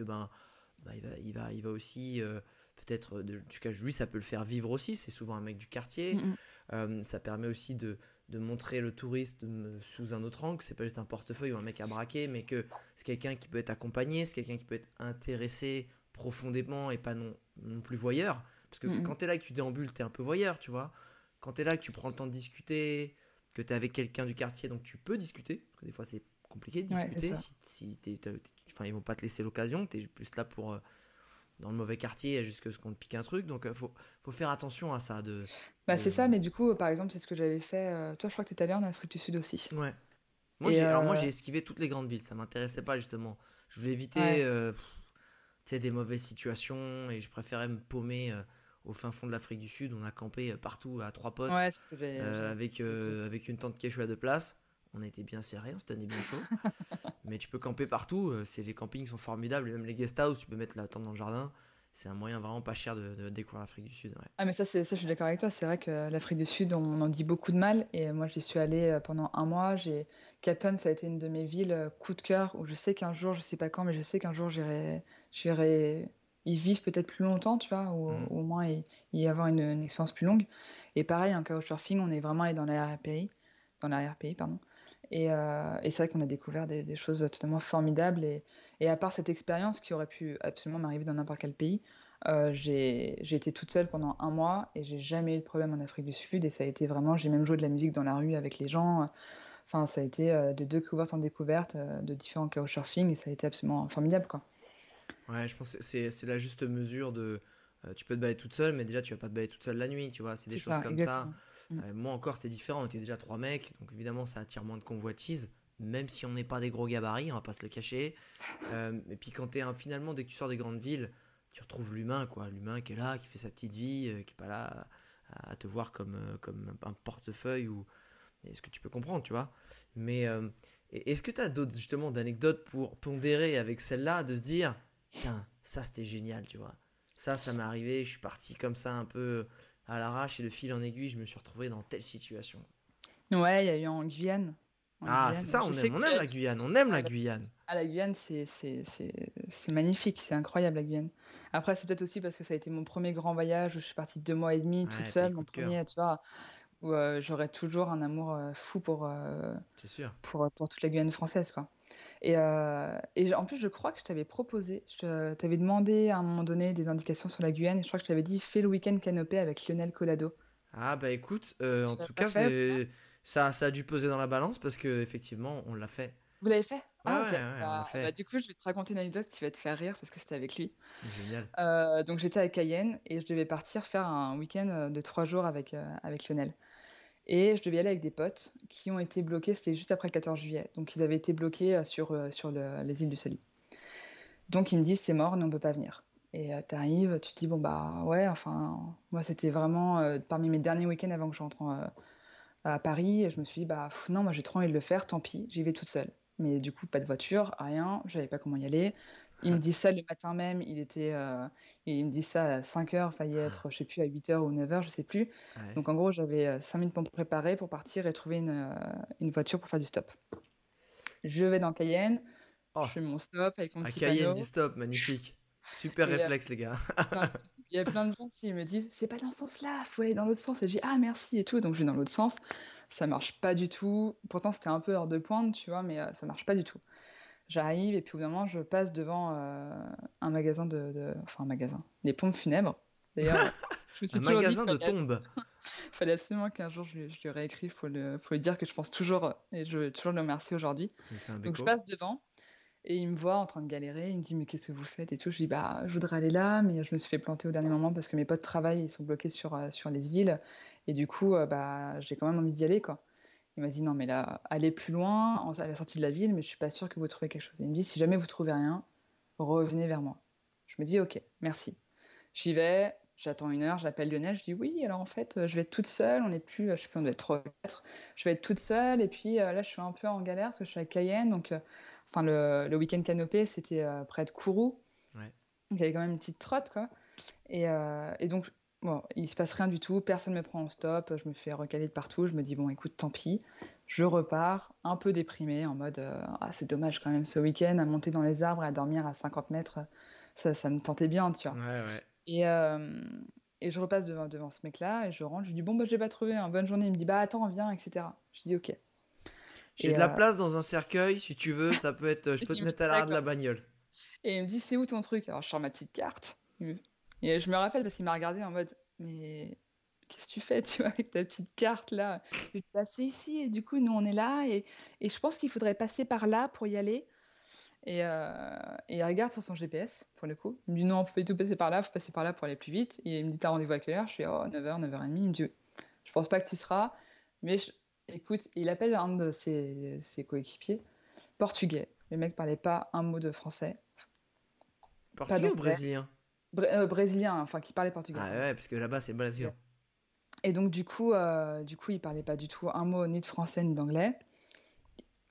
il va aussi peut-être, en tout cas lui ça peut le faire vivre aussi, c'est souvent un mec du quartier. Ça permet aussi de montrer le touriste sous un autre angle, c'est pas juste un portefeuille ou un mec à braquer, mais que c'est quelqu'un qui peut être accompagné, c'est quelqu'un qui peut être intéressé profondément et pas non plus voyeur, parce que quand t'es là et que tu déambules, t'es un peu voyeur, tu vois. Quand t'es là, que tu prends le temps de discuter, que t'es avec quelqu'un du quartier, donc tu peux discuter, parce que des fois c'est compliqué de discuter, si ils vont pas te laisser l'occasion, t'es plus là pour dans le mauvais quartier jusqu'à ce qu'on te pique un truc, donc faut faire attention à ça. C'est ça, mais du coup, par exemple, c'est ce que j'avais fait. Toi, je crois que tu es allé en Afrique du Sud aussi. Ouais. Et Moi j'ai esquivé toutes les grandes villes, ça m'intéressait pas justement. Je voulais éviter des mauvaises situations et je préférais me paumer au fin fond de l'Afrique du Sud. On a campé partout à 3 potes ouais, c'est ce que avec une tente Quechua de place. On a été bien serrés, on se tenait bien chaud. Mais tu peux camper partout. Les campings sont formidables. Et même les guest house, tu peux mettre la tente dans le jardin. C'est un moyen vraiment pas cher de découvrir l'Afrique du Sud. Ouais. Ah, mais ça, je suis d'accord avec toi. C'est vrai que l'Afrique du Sud, on en dit beaucoup de mal. Et moi, j'y suis allée pendant un mois. Cape Town, ça a été une de mes villes coup de cœur où je sais qu'un jour, je sais pas quand, mais je sais qu'un jour, j'irai y vivre peut-être plus longtemps, tu vois, ou Mhm. au moins y avoir une expérience plus longue. Et pareil, en couchsurfing, on est vraiment allé dans l'arrière-pays, pardon. Et c'est vrai qu'on a découvert des choses totalement formidables. Et à part cette expérience qui aurait pu absolument m'arriver dans n'importe quel pays, j'ai été toute seule pendant un mois et j'ai jamais eu de problème en Afrique du Sud. Et ça a été vraiment, j'ai même joué de la musique dans la rue avec les gens. Enfin, ça a été de découverte en découverte de différents couchsurfing et ça a été absolument formidable, quoi. Ouais, je pense que c'est la juste mesure de. Tu peux te balader toute seule, mais déjà, tu vas pas te balader toute seule la nuit, tu vois. C'est des C'est choses ça, comme ça. exactement. Mm. Moi encore, c'était différent. On était déjà 3 mecs, donc évidemment, ça attire moins de convoitises, même si on n'est pas des gros gabarits, on va pas se le cacher. Et puis, finalement, dès que tu sors des grandes villes, tu retrouves l'humain, quoi. L'humain qui est là, qui fait sa petite vie, qui est pas là à te voir comme un portefeuille ou. Est-ce que tu peux comprendre, tu vois. Mais est-ce que tu as d'autres, justement, d'anecdotes pour pondérer avec celle-là, de se dire, putain, ça c'était génial, tu vois. Ça m'est arrivé, je suis parti comme ça un peu à l'arrache et de fil en aiguille, je me suis retrouvé dans telle situation. Ouais, il y a eu en Guyane. En Ah, c'est Guyane. ça, Je on sais aime, que on tu aime as la vu. Guyane, on aime Ah, la Guyane. la Guyane, c'est magnifique, c'est incroyable la Guyane. Après, c'est peut-être aussi parce que ça a été mon premier grand voyage où je suis partie 2 mois et demi toute Ouais, pays seule, coup mon de cœur, premier, tu vois, où j'aurais toujours un amour fou c'est sûr. pour toute la Guyane française, quoi. En plus, je crois que je t'avais proposé, t'avais demandé à un moment donné des indications sur la Guyane et je crois que je t'avais dit fais le week-end canopé avec Lionel Colado. Ah bah écoute, en Tu l'as tout pas cas, fait ou pas? ça a dû peser dans la balance parce que effectivement, on l'a fait. Vous l'avez fait? Ouais, Ah, ouais, ok. ouais, on l'a Bah, fait. du coup, je vais te raconter une anecdote qui va te faire rire parce que c'était avec lui. Génial. Donc j'étais à Cayenne et je devais partir faire un week-end de 3 jours avec Lionel. Et je devais y aller avec des potes qui ont été bloqués, c'était juste après le 14 juillet. Donc ils avaient été bloqués sur les îles du Salut. Donc ils me disent c'est mort, nous on peut pas venir. Et t'arrives, tu te dis bon bah ouais, enfin moi c'était vraiment parmi mes derniers week-ends avant que je rentre à Paris. Et je me suis dit bah non, moi j'ai trop envie de le faire, tant pis, j'y vais toute seule. Mais du coup pas de voiture, rien, je savais pas comment y aller. Il me dit ça le matin même, il me dit ça à 5 heures, fallait être je sais plus à 8 heures ou 9 heures, je sais plus. Ouais. Donc en gros j'avais 5 minutes pour me préparer pour partir et trouver une voiture pour faire du stop. Je vais dans Cayenne, je Oh, fais mon stop avec mon à petit Cayenne, du panneau. stop, magnifique. Super Et réflexe, les gars. il y a plein de gens qui me disent c'est pas dans ce sens-là, faut aller dans l'autre sens. Et je dis ah merci et tout, donc je vais dans l'autre sens. Ça marche pas du tout. Pourtant c'était un peu heure de pointe, tu vois, mais ça marche pas du tout. J'arrive et puis au bout d'un moment je passe devant un magasin enfin un magasin, les pompes funèbres. D'ailleurs, je me suis Un toujours dit magasin de tombes. fallait absolument qu'un jour je lui réécrive pour lui dire que je pense toujours et je veux toujours le remercier aujourd'hui. Il fait un Donc je béco. passe devant. Et il me voit en train de galérer, il me dit mais qu'est-ce que vous faites et tout. Je dis bah je voudrais aller là, mais je me suis fait planter au dernier moment parce que mes potes travaillent, ils sont bloqués sur les îles. Et du coup, bah j'ai quand même envie d'y aller quoi. Il m'a dit non mais là, allez plus loin, à la sortie de la ville, mais je suis pas sûre que vous trouvez quelque chose. Et il me dit si jamais vous trouvez rien, revenez vers moi. Je me dis ok, merci. J'y vais, j'attends 1 heure, j'appelle Lionel, je dis oui, alors en fait, je vais être toute seule, on n'est plus, je sais plus, on doit être 3 ou 4. Je vais être toute seule, et puis là, je suis un peu en galère parce que je suis à Cayenne, donc enfin, le week-end canopé, c'était près de Kourou, Ouais. donc il y avait quand même une petite trotte, quoi. Et donc, bon, il se passe rien du tout, personne me prend en stop, je me fais recaler de partout, je me dis bon, écoute, tant pis, je repars, un peu déprimée, en mode ah, c'est dommage quand même ce week-end, à monter dans les arbres, à dormir à 50 mètres, ça me tentait bien, tu Ouais, vois. ouais. Et, euh, et je repasse devant ce mec-là et je rentre. Je lui dis bon bah j'ai pas trouvé, hein, bonne journée. Il me dit bah attends viens, etc. Je dis ok. J'ai Et, de la place dans un cercueil, si tu veux, ça peut être. Je peux te il me dit mettre à l'arrière de d'accord. la bagnole. Et il me dit c'est où ton truc? Alors je sors ma petite carte. Et je me rappelle parce qu'il m'a regardé en mode mais qu'est-ce que tu fais tu vois avec ta petite carte là? Je lui dis bah c'est ici et du coup nous on est là et je pense qu'il faudrait passer par là pour y aller. Et il regarde sur son GPS, pour le coup. Il me dit non, faut pas du tout passer par là, faut passer par là pour aller plus vite. Et il me dit t'as rendez-vous à quelle heure? Je fais oh 9h, 9h30. Il me dit je pense pas que tu y seras, mais écoute, il appelle un de ses coéquipiers, portugais. Le mec parlait pas un mot de français, pas Portugais ou d'anglais. brésilien? Brésilien, enfin qui parlait portugais, Ah pardon. ouais, parce que là-bas, c'est le Brésil. Et donc du coup, il parlait pas du tout un mot ni de français ni d'anglais.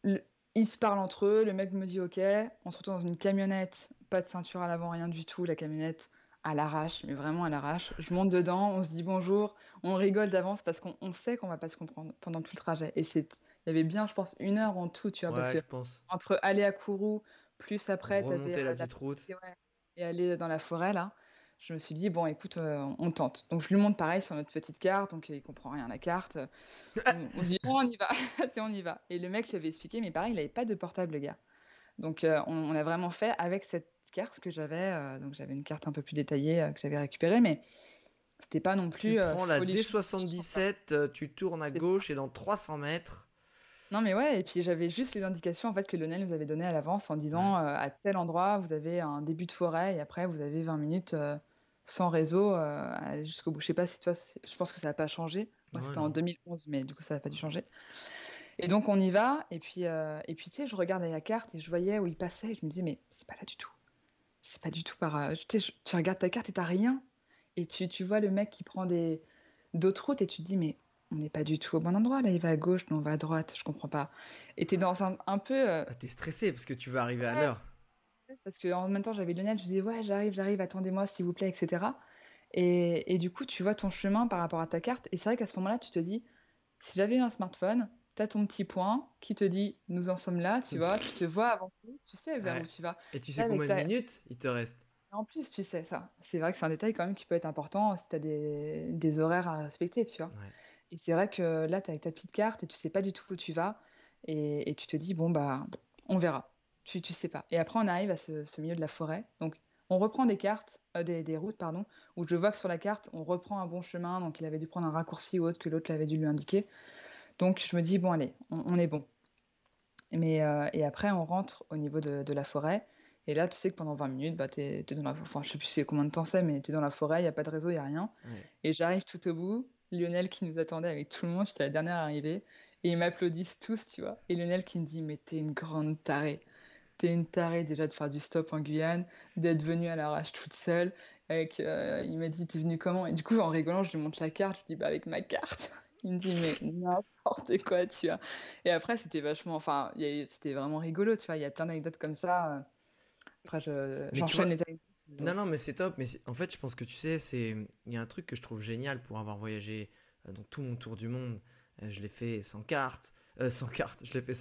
le- ils se parlent entre eux, le mec me dit OK, on se retrouve dans une camionnette, pas de ceinture à l'avant, rien du tout, la camionnette à l'arrache, mais vraiment à l'arrache. Je monte dedans, on se dit bonjour, on rigole d'avance parce qu'on sait qu'on va pas se comprendre pendant tout le trajet. Il y avait bien, je pense, 1 heure en tout, tu vois, parce Ouais, que je pense. entre aller à Kourou, plus après, t'avais Remonter la la petite route. ouais, et aller dans la forêt, là. Je me suis dit, bon, écoute, on tente. Donc, je lui montre pareil sur notre petite carte, donc il comprend rien à la carte. On se dit, oh, on y va, tu sais, on y va. Et le mec lui avait expliqué, mais pareil, il avait pas de portable, le gars. Donc, on a vraiment fait avec cette carte que j'avais. Donc, j'avais une carte un peu plus détaillée que j'avais récupérée, mais c'était pas non Tu plus prends la folichon, folichon, quoi. D77, tu tournes à C'est ça. gauche et dans 300 mètres. Non, mais ouais, et puis j'avais juste les indications en fait que Lionel nous avait données à l'avance en Ouais. disant à tel endroit vous avez un début de forêt et après vous avez 20 minutes sans réseau à aller jusqu'au bout. Je sais pas si toi, je pense que ça n'a pas changé. Moi, Ouais, c'était en non. 2011, mais du coup, ça n'a pas dû changer. Et donc, on y va, et puis tu sais, je regardais la carte et je voyais où il passait, et je me dis, mais c'est pas là du tout. C'est pas du tout par. Tu sais, tu regardes ta carte et t'as rien. Et tu vois le mec qui prend d'autres routes et tu te dis, mais on n'est pas du tout au bon endroit. Là, il va à gauche, nous on va à droite. Je comprends pas. Et t'es dans un peu. Ah, t'es stressé parce que tu vas arriver à Ouais, l'heure. parce qu'en même temps, j'avais Lionel, je disais, ouais, j'arrive, attendez-moi, s'il vous plaît, etc. Et du coup, tu vois ton chemin par rapport à ta carte. Et c'est vrai qu'à ce moment-là, tu te dis, si j'avais eu un smartphone, t'as ton petit point qui te dit, nous en sommes là, tu vois, tu te vois avancer, tu sais vers où Ouais. tu vas. Et tu Là, sais avec combien de ta, minutes il te reste? en plus, tu sais ça. C'est vrai que c'est un détail quand même qui peut être important si tu as des horaires à respecter, tu vois. Ouais. Et c'est vrai que là, tu as avec ta petite carte et tu sais pas du tout où tu vas. Et tu te dis, bon, bah, on verra. Tu sais pas. Et après, on arrive à ce milieu de la forêt. Donc, on reprend des cartes, des routes, pardon, où je vois que sur la carte, on reprend un bon chemin. Donc, il avait dû prendre un raccourci ou autre que l'autre l'avait dû lui indiquer. Donc, je me dis, bon, allez, on est bon. Et après, on rentre au niveau de la forêt. Et là, tu sais que pendant 20 minutes, bah, t'es dans la... Enfin, je sais plus c'est combien de temps c'est, mais t'es dans la forêt, il n'y a pas de réseau, il n'y a rien. Ouais. Et j'arrive tout au bout. Lionel qui nous attendait avec tout le monde, j'étais la dernière arrivée. Et ils m'applaudissent tous, tu vois. Et Lionel qui me dit, mais t'es une grande tarée. T'es une tarée déjà de faire du stop en Guyane, d'être venue à l'arrache toute seule. Il m'a dit, t'es venue comment? Et du coup, en rigolant, je lui montre la carte. Je lui dis, bah, avec ma carte. Il me dit, mais n'importe quoi, tu vois. Et après, c'était vachement. Enfin, c'était vraiment rigolo, tu vois. Il y a plein d'anecdotes comme ça. Après, Mais tu j'enchaîne vois, les anecdotes. non, non, mais c'est top. Mais en fait, je pense que tu sais, il y a un truc que je trouve génial pour avoir voyagé donc tout mon tour du monde. Je l'ai fait sans carte, sans carte. Je l'ai fait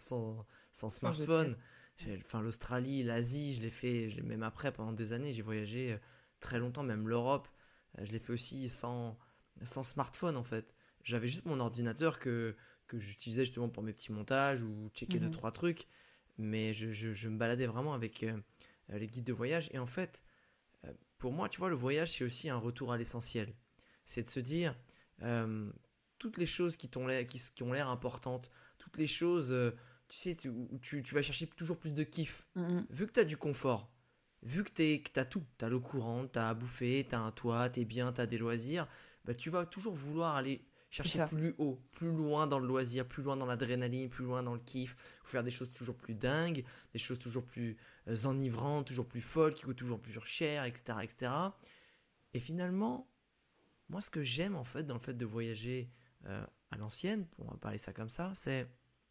sans Sans smartphone. GPS. Enfin, l'Australie, l'Asie, même après pendant des années. J'ai voyagé très longtemps, même l'Europe. Je l'ai fait aussi sans smartphone en fait. J'avais juste mon ordinateur que j'utilisais justement pour mes petits montages ou checker deux Mhm. trois trucs. Mais je me baladais vraiment avec les guides de voyage. Et en fait, pour moi, tu vois, le voyage, c'est aussi un retour à l'essentiel. C'est de se dire, euh, toutes les choses qui ont l'air importantes, toutes les choses, tu sais, où tu vas chercher toujours plus de kiff. Mhm. Vu que tu as du confort, vu que tu as tout, tu as l'eau courante, tu as à bouffer, tu as un toit, tu es bien, tu as des loisirs, bah, tu vas toujours vouloir aller C'est chercher ça. plus haut, plus loin dans le loisir, plus loin dans l'adrénaline, plus loin dans le kiff, faire des choses toujours plus dingues, des choses toujours plus enivrantes, toujours plus folles, qui coûtent toujours plus cher, etc., etc. Et cetera. Et finalement, moi, ce que j'aime en fait dans le fait de voyager à l'ancienne, on va parler ça comme ça, c'est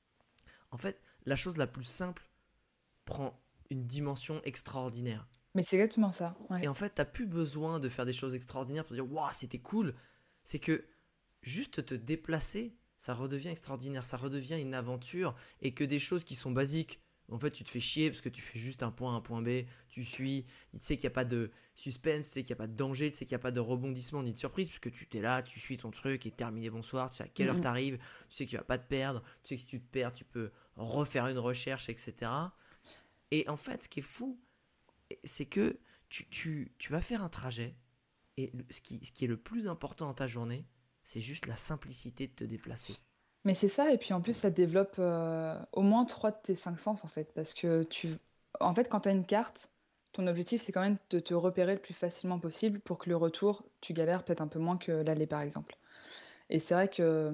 en fait la chose la plus simple prend une dimension extraordinaire. Mais c'est exactement ça. Et Ouais. en fait, t'as plus besoin de faire des choses extraordinaires pour dire waouh, c'était cool. C'est que juste te déplacer, ça redevient extraordinaire, ça redevient une aventure. Et que des choses qui sont basiques, en fait, tu te fais chier parce que tu fais juste un point A, un point B, tu suis, tu sais qu'il n'y a pas de suspense, tu sais qu'il n'y a pas de danger, tu sais qu'il n'y a pas de rebondissement ni de surprise, puisque tu t'es là, tu suis ton truc et terminé, bonsoir, tu sais à quelle heure Mhm. t'arrives, tu sais que tu vas pas te perdre, tu sais que si tu te perds, tu peux refaire une recherche, etc. Et en fait, ce qui est fou, c'est que tu vas faire un trajet et ce qui est le plus important dans ta journée, c'est juste la simplicité de te déplacer. Mais c'est ça, et puis en plus, ça développe au moins trois de tes cinq sens, en fait. Parce que en fait, quand tu as une carte, ton objectif, c'est quand même de te repérer le plus facilement possible pour que le retour, tu galères peut-être un peu moins que l'aller, par exemple. Et c'est vrai que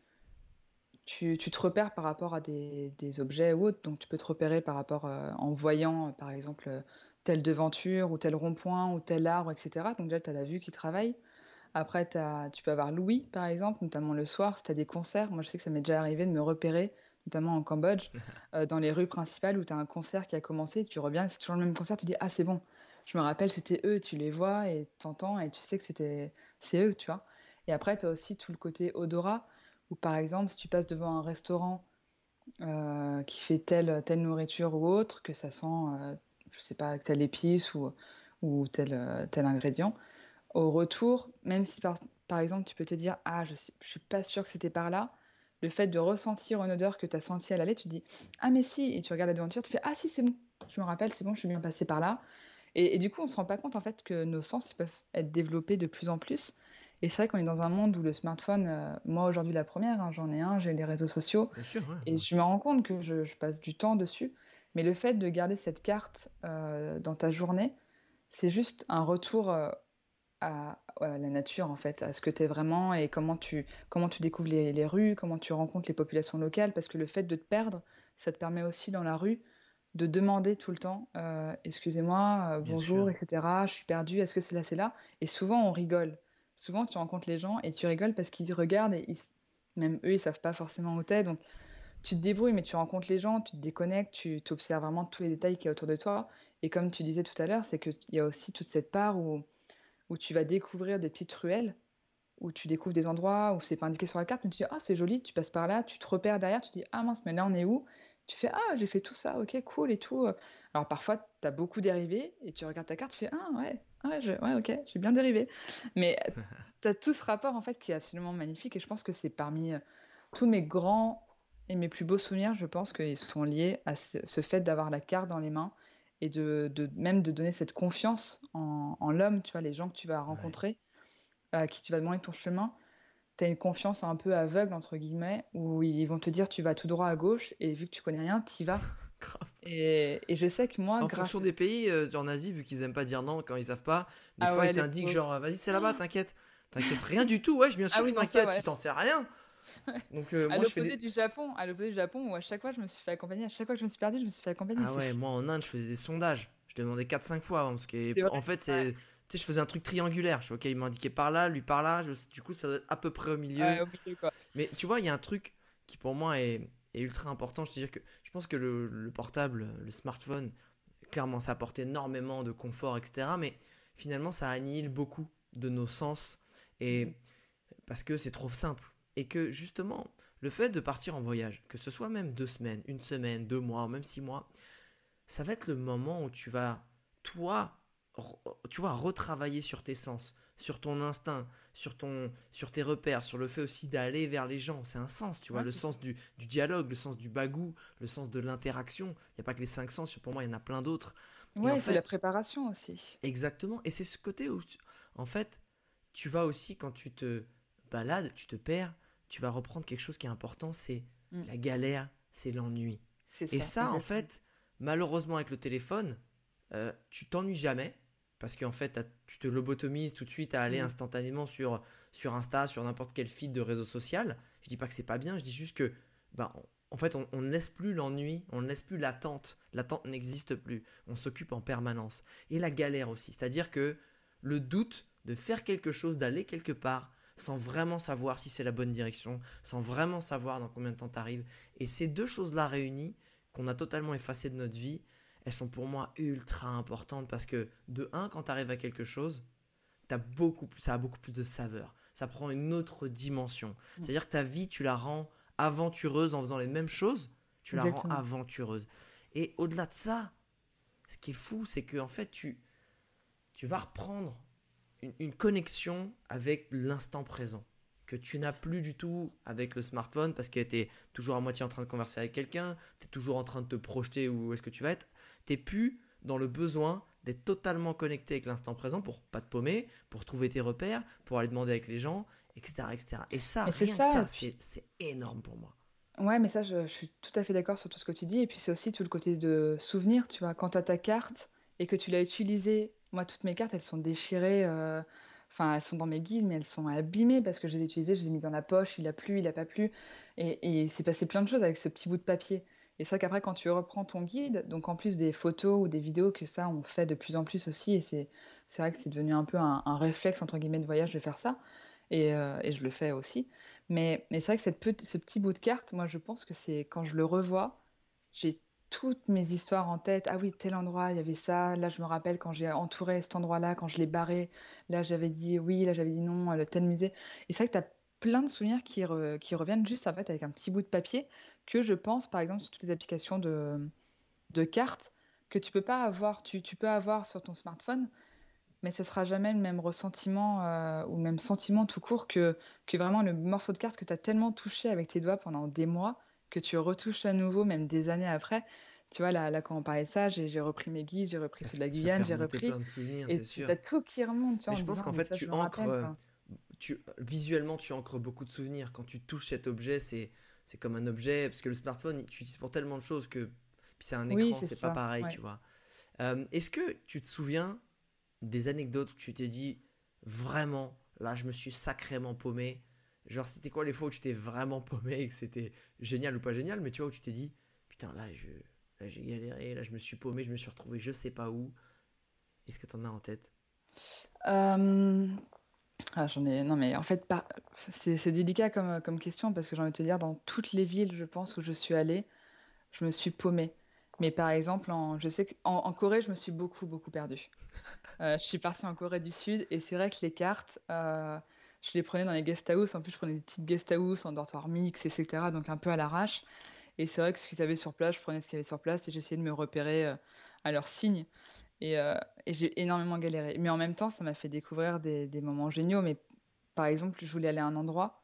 tu te repères par rapport à des objets ou autres. Donc, tu peux te repérer par rapport, en voyant, par exemple, telle devanture ou tel rond-point ou tel arbre, etc. Donc, déjà, tu as la vue qui travaille. Après, tu peux avoir l'ouïe, par exemple, notamment le soir, si tu as des concerts. Moi, je sais que ça m'est déjà arrivé de me repérer notamment en Cambodge, dans les rues principales où tu as un concert qui a commencé, tu reviens, c'est toujours le même concert, tu dis: «Ah c'est bon, je me rappelle, c'était eux», tu les vois et tu entends et tu sais que c'est eux, tu vois? Et après, tu as aussi tout le côté odorat où, par exemple, si tu passes devant un restaurant, qui fait telle nourriture ou autre, que ça sent, je sais pas, telle épice ou tel ingrédient. Au retour, même si par exemple, tu peux te dire: «Ah, je suis pas sûre que c'était par là», le fait de ressentir une odeur que tu as sentie à l'aller, tu te dis: «Ah mais si» et tu regardes la devanture, tu fais: «Ah si, c'est bon, je me rappelle, c'est bon, je suis bien passée par là». Et du coup, on se rend pas compte en fait que nos sens, ils peuvent être développés de plus en plus. Et c'est vrai qu'on est dans un monde où le smartphone, moi aujourd'hui la première, hein, j'en ai un, j'ai les réseaux sociaux Bien sûr, ouais, et moi je me aussi. rends compte que je passe du temps dessus. Mais le fait de garder cette carte, dans ta journée, c'est juste un retour, à la nature en fait, à ce que tu es vraiment et comment tu découvres les rues, comment tu rencontres les populations locales. Parce que le fait de te perdre, ça te permet aussi dans la rue de demander tout le temps, «Excusez-moi, Bien bonjour sûr. et cetera, je suis perdu, est-ce que c'est là, c'est là?» Et souvent on rigole. Souvent tu rencontres les gens et tu rigoles parce qu'ils regardent et même eux, ils savent pas forcément où tu es, donc tu te débrouilles, mais tu rencontres les gens, tu te déconnectes, tu observes vraiment tous les détails qu'il y a autour de toi. Et comme tu disais tout à l'heure, c'est qu'il y a aussi toute cette part où tu vas découvrir des petites ruelles, où tu découvres des endroits où c'est pas indiqué sur la carte, mais tu dis: «Ah, c'est joli», tu passes par là, tu te repères derrière, tu dis: «Ah mince, mais là, on est où?» Tu fais: «Ah, j'ai fait tout ça, OK, cool et tout», Alors parfois, tu as beaucoup dérivé et tu regardes ta carte, tu fais: «Ah ouais, ouais, OK, j'ai bien dérivé». Mais, tu as tout ce rapport, en fait, qui est absolument magnifique et je pense que c'est parmi, tous mes grands et mes plus beaux souvenirs, je pense qu'ils sont liés à ce fait d'avoir la carte dans les mains et de même de donner cette confiance en l'homme, tu vois? Les gens que tu vas Ouais. rencontrer, à qui tu vas demander ton chemin, tu as une confiance un peu «aveugle» entre guillemets, où ils vont te dire: «Tu vas tout droit à gauche» et vu que tu connais rien, tu y vas. Grave. Et je sais que moi, En fonction grâce à des pays, en Asie, vu qu'ils aiment pas dire non quand ils savent pas, des ah fois ils ouais, les t'indiquent pauvres. genre: «Vas-y, c'est là-bas, t'inquiète». T'inquiète rien du tout, ouais, bien Ah sûr que oui, je non, ça m'inquiète, ouais. tu t'en sais rien. Donc À moi je fais l'opposé des du Japon où à chaque fois je me suis fait accompagner, à chaque fois que je me suis perdue, je me suis fait accompagner, ah c'est ouais, fou. moi en Inde, je faisais des sondages. Je demandais 4 5 fois avant parce que C'est vrai? en fait, Ouais, c'est tu sais, je faisais un truc triangulaire. Je fais OK, il m'a indiqué par là, lui par là, du coup ça doit être à peu près au ouais, milieu. au milieu quoi. Mais tu vois, il y a un truc qui pour moi est ultra important. Je te dire que je pense que le portable, le smartphone, clairement, ça apporte énormément de confort, etc. Mais finalement, ça annihile beaucoup de nos sens Mmh mh. et parce que c'est trop simple. Et que justement, le fait de partir en voyage, que ce soit même 2 semaines, une semaine, 2 mois, même 6 mois, ça va être le moment où tu vas, toi, tu vois, retravailler sur tes sens, sur ton instinct, sur tes repères, sur le fait aussi d'aller vers les gens. C'est un sens, tu vois, Ouais, le c'est ça. sens du dialogue, le sens du bagou, le sens de l'interaction. Il n'y a pas que les 5 sens, pour moi, il y en a plein d'autres. Et en Ouais, c'est la fait, préparation aussi. exactement, et c'est ce côté où, en fait, tu vas aussi, quand tu te balades, tu te perds, tu vas reprendre quelque chose qui est important, c'est Mmh. la galère, c'est l'ennui. C'est Et ça, ça, en exactement. fait, malheureusement avec le téléphone, tu t'ennuies jamais, parce qu'en fait, tu te lobotomises tout de suite à aller Mmh. instantanément sur Insta, sur n'importe quel feed de réseau social. Je dis pas que c'est pas bien, je dis juste que, bah, en fait, on ne laisse plus l'ennui, on ne laisse plus l'attente. L'attente n'existe plus. On s'occupe en permanence. Et la galère aussi, c'est-à-dire que le doute de faire quelque chose, d'aller quelque part, sans vraiment savoir si c'est la bonne direction, sans vraiment savoir dans combien de temps tu arrives. Et ces deux choses-là réunies, qu'on a totalement effacées de notre vie, elles sont pour moi ultra importantes parce que, de un, quand tu arrives à quelque chose, ça a beaucoup plus de saveur. Ça prend une autre dimension. Mmh. C'est-à-dire que ta vie, tu la rends aventureuse en faisant les mêmes choses, tu la rends Exactement. aventureuse. Et au-delà de ça, ce qui est fou, c'est que en fait, tu vas reprendre une connexion avec l'instant présent que tu n'as plus du tout avec le smartphone parce que tu es toujours à moitié en train de converser avec quelqu'un, tu es toujours en train de te projeter où est-ce que tu vas être. Tu n'es plus dans le besoin d'être totalement connecté avec l'instant présent pour pas te paumer, pour trouver tes repères, pour aller demander avec les gens, etc. etc. Et ça, Mais c'est rien que ça et ça, puis c'est énorme pour moi. ouais, mais ça je suis tout à fait d'accord sur tout ce que tu dis et puis c'est aussi tout le côté de souvenir, tu vois? Quand tu as ta carte et que tu l'as utilisée, moi toutes mes cartes elles sont déchirées, enfin elles sont dans mes guides, mais elles sont abîmées parce que je les ai utilisées, je les ai mis dans la poche, il a plu, il a pas plu et il s'est passé plein de choses avec ce petit bout de papier et c'est vrai qu'après quand tu reprends ton guide, donc en plus des photos ou des vidéos que ça on fait de plus en plus aussi et c'est vrai que c'est devenu un peu un «réflexe» entre guillemets de voyage de faire ça et je le fais aussi. Mais c'est vrai que ce petit bout de carte, moi, je pense que c'est quand je le revois, j'ai toutes mes histoires en tête. Ah oui, tel endroit, il y avait ça. Là, je me rappelle quand j'ai entouré cet endroit-là, quand je l'ai barré. Là, j'avais dit oui, là, j'avais dit non, le tel musée. Et c'est vrai que tu as plein de souvenirs qui reviennent juste en fait avec un petit bout de papier que je pense, par exemple, sur toutes les applications de cartes que tu peux pas avoir, tu peux avoir sur ton smartphone, mais ce sera jamais le même ressentiment ou le même sentiment tout court que vraiment le morceau de carte que tu as tellement touché avec tes doigts pendant des mois que tu retouches à nouveau, même des années après. Tu vois, là quand on parlait de ça, j'ai repris mes guides, j'ai repris ceux de la Ça fait Guyane, j'ai remonter repris, plein de souvenirs, et c'est tu sûr. as tout qui remonte, tu vois, Mais en je te pense disant, qu'en mais fait, ça, je me rappelle, quoi. visuellement, tu ancres beaucoup de souvenirs. Quand tu touches cet objet, c'est comme un objet, parce que le smartphone, tu l'utilises pour tellement de choses que, puis c'est un Oui, écran, c'est c'est pas ça, pareil, ouais. tu vois. Est-ce que tu te souviens des anecdotes où tu t'es dit, vraiment, là, je me suis sacrément paumé. Genre, c'était quoi les fois où tu t'es vraiment paumé et que c'était génial ou pas génial, mais tu vois, où tu t'es dit, putain, là j'ai galéré, là, je me suis paumé, je me suis retrouvé je sais pas où. Est-ce que t'en as en tête? Euh, J'en ai. Non, mais en fait, pas. C'est délicat comme question parce que j'ai envie de te dire, dans toutes les villes, je pense, où je suis allée, je me suis paumée. Mais par exemple, je sais qu'en Corée, je me suis beaucoup, beaucoup perdue. Je suis partie en Corée du Sud et c'est vrai que les cartes, je les prenais dans les guest house. En plus, je prenais des petites guest house en dortoir mix, etc. Donc un peu à l'arrache. Et c'est vrai que ce qu'ils avaient sur place, je prenais ce qu'il y avait sur place et j'essayais de me repérer à leurs signes. Et, euh, et j'ai énormément galéré. Mais en même temps, ça m'a fait découvrir des moments géniaux. Mais par exemple, je voulais aller à un endroit,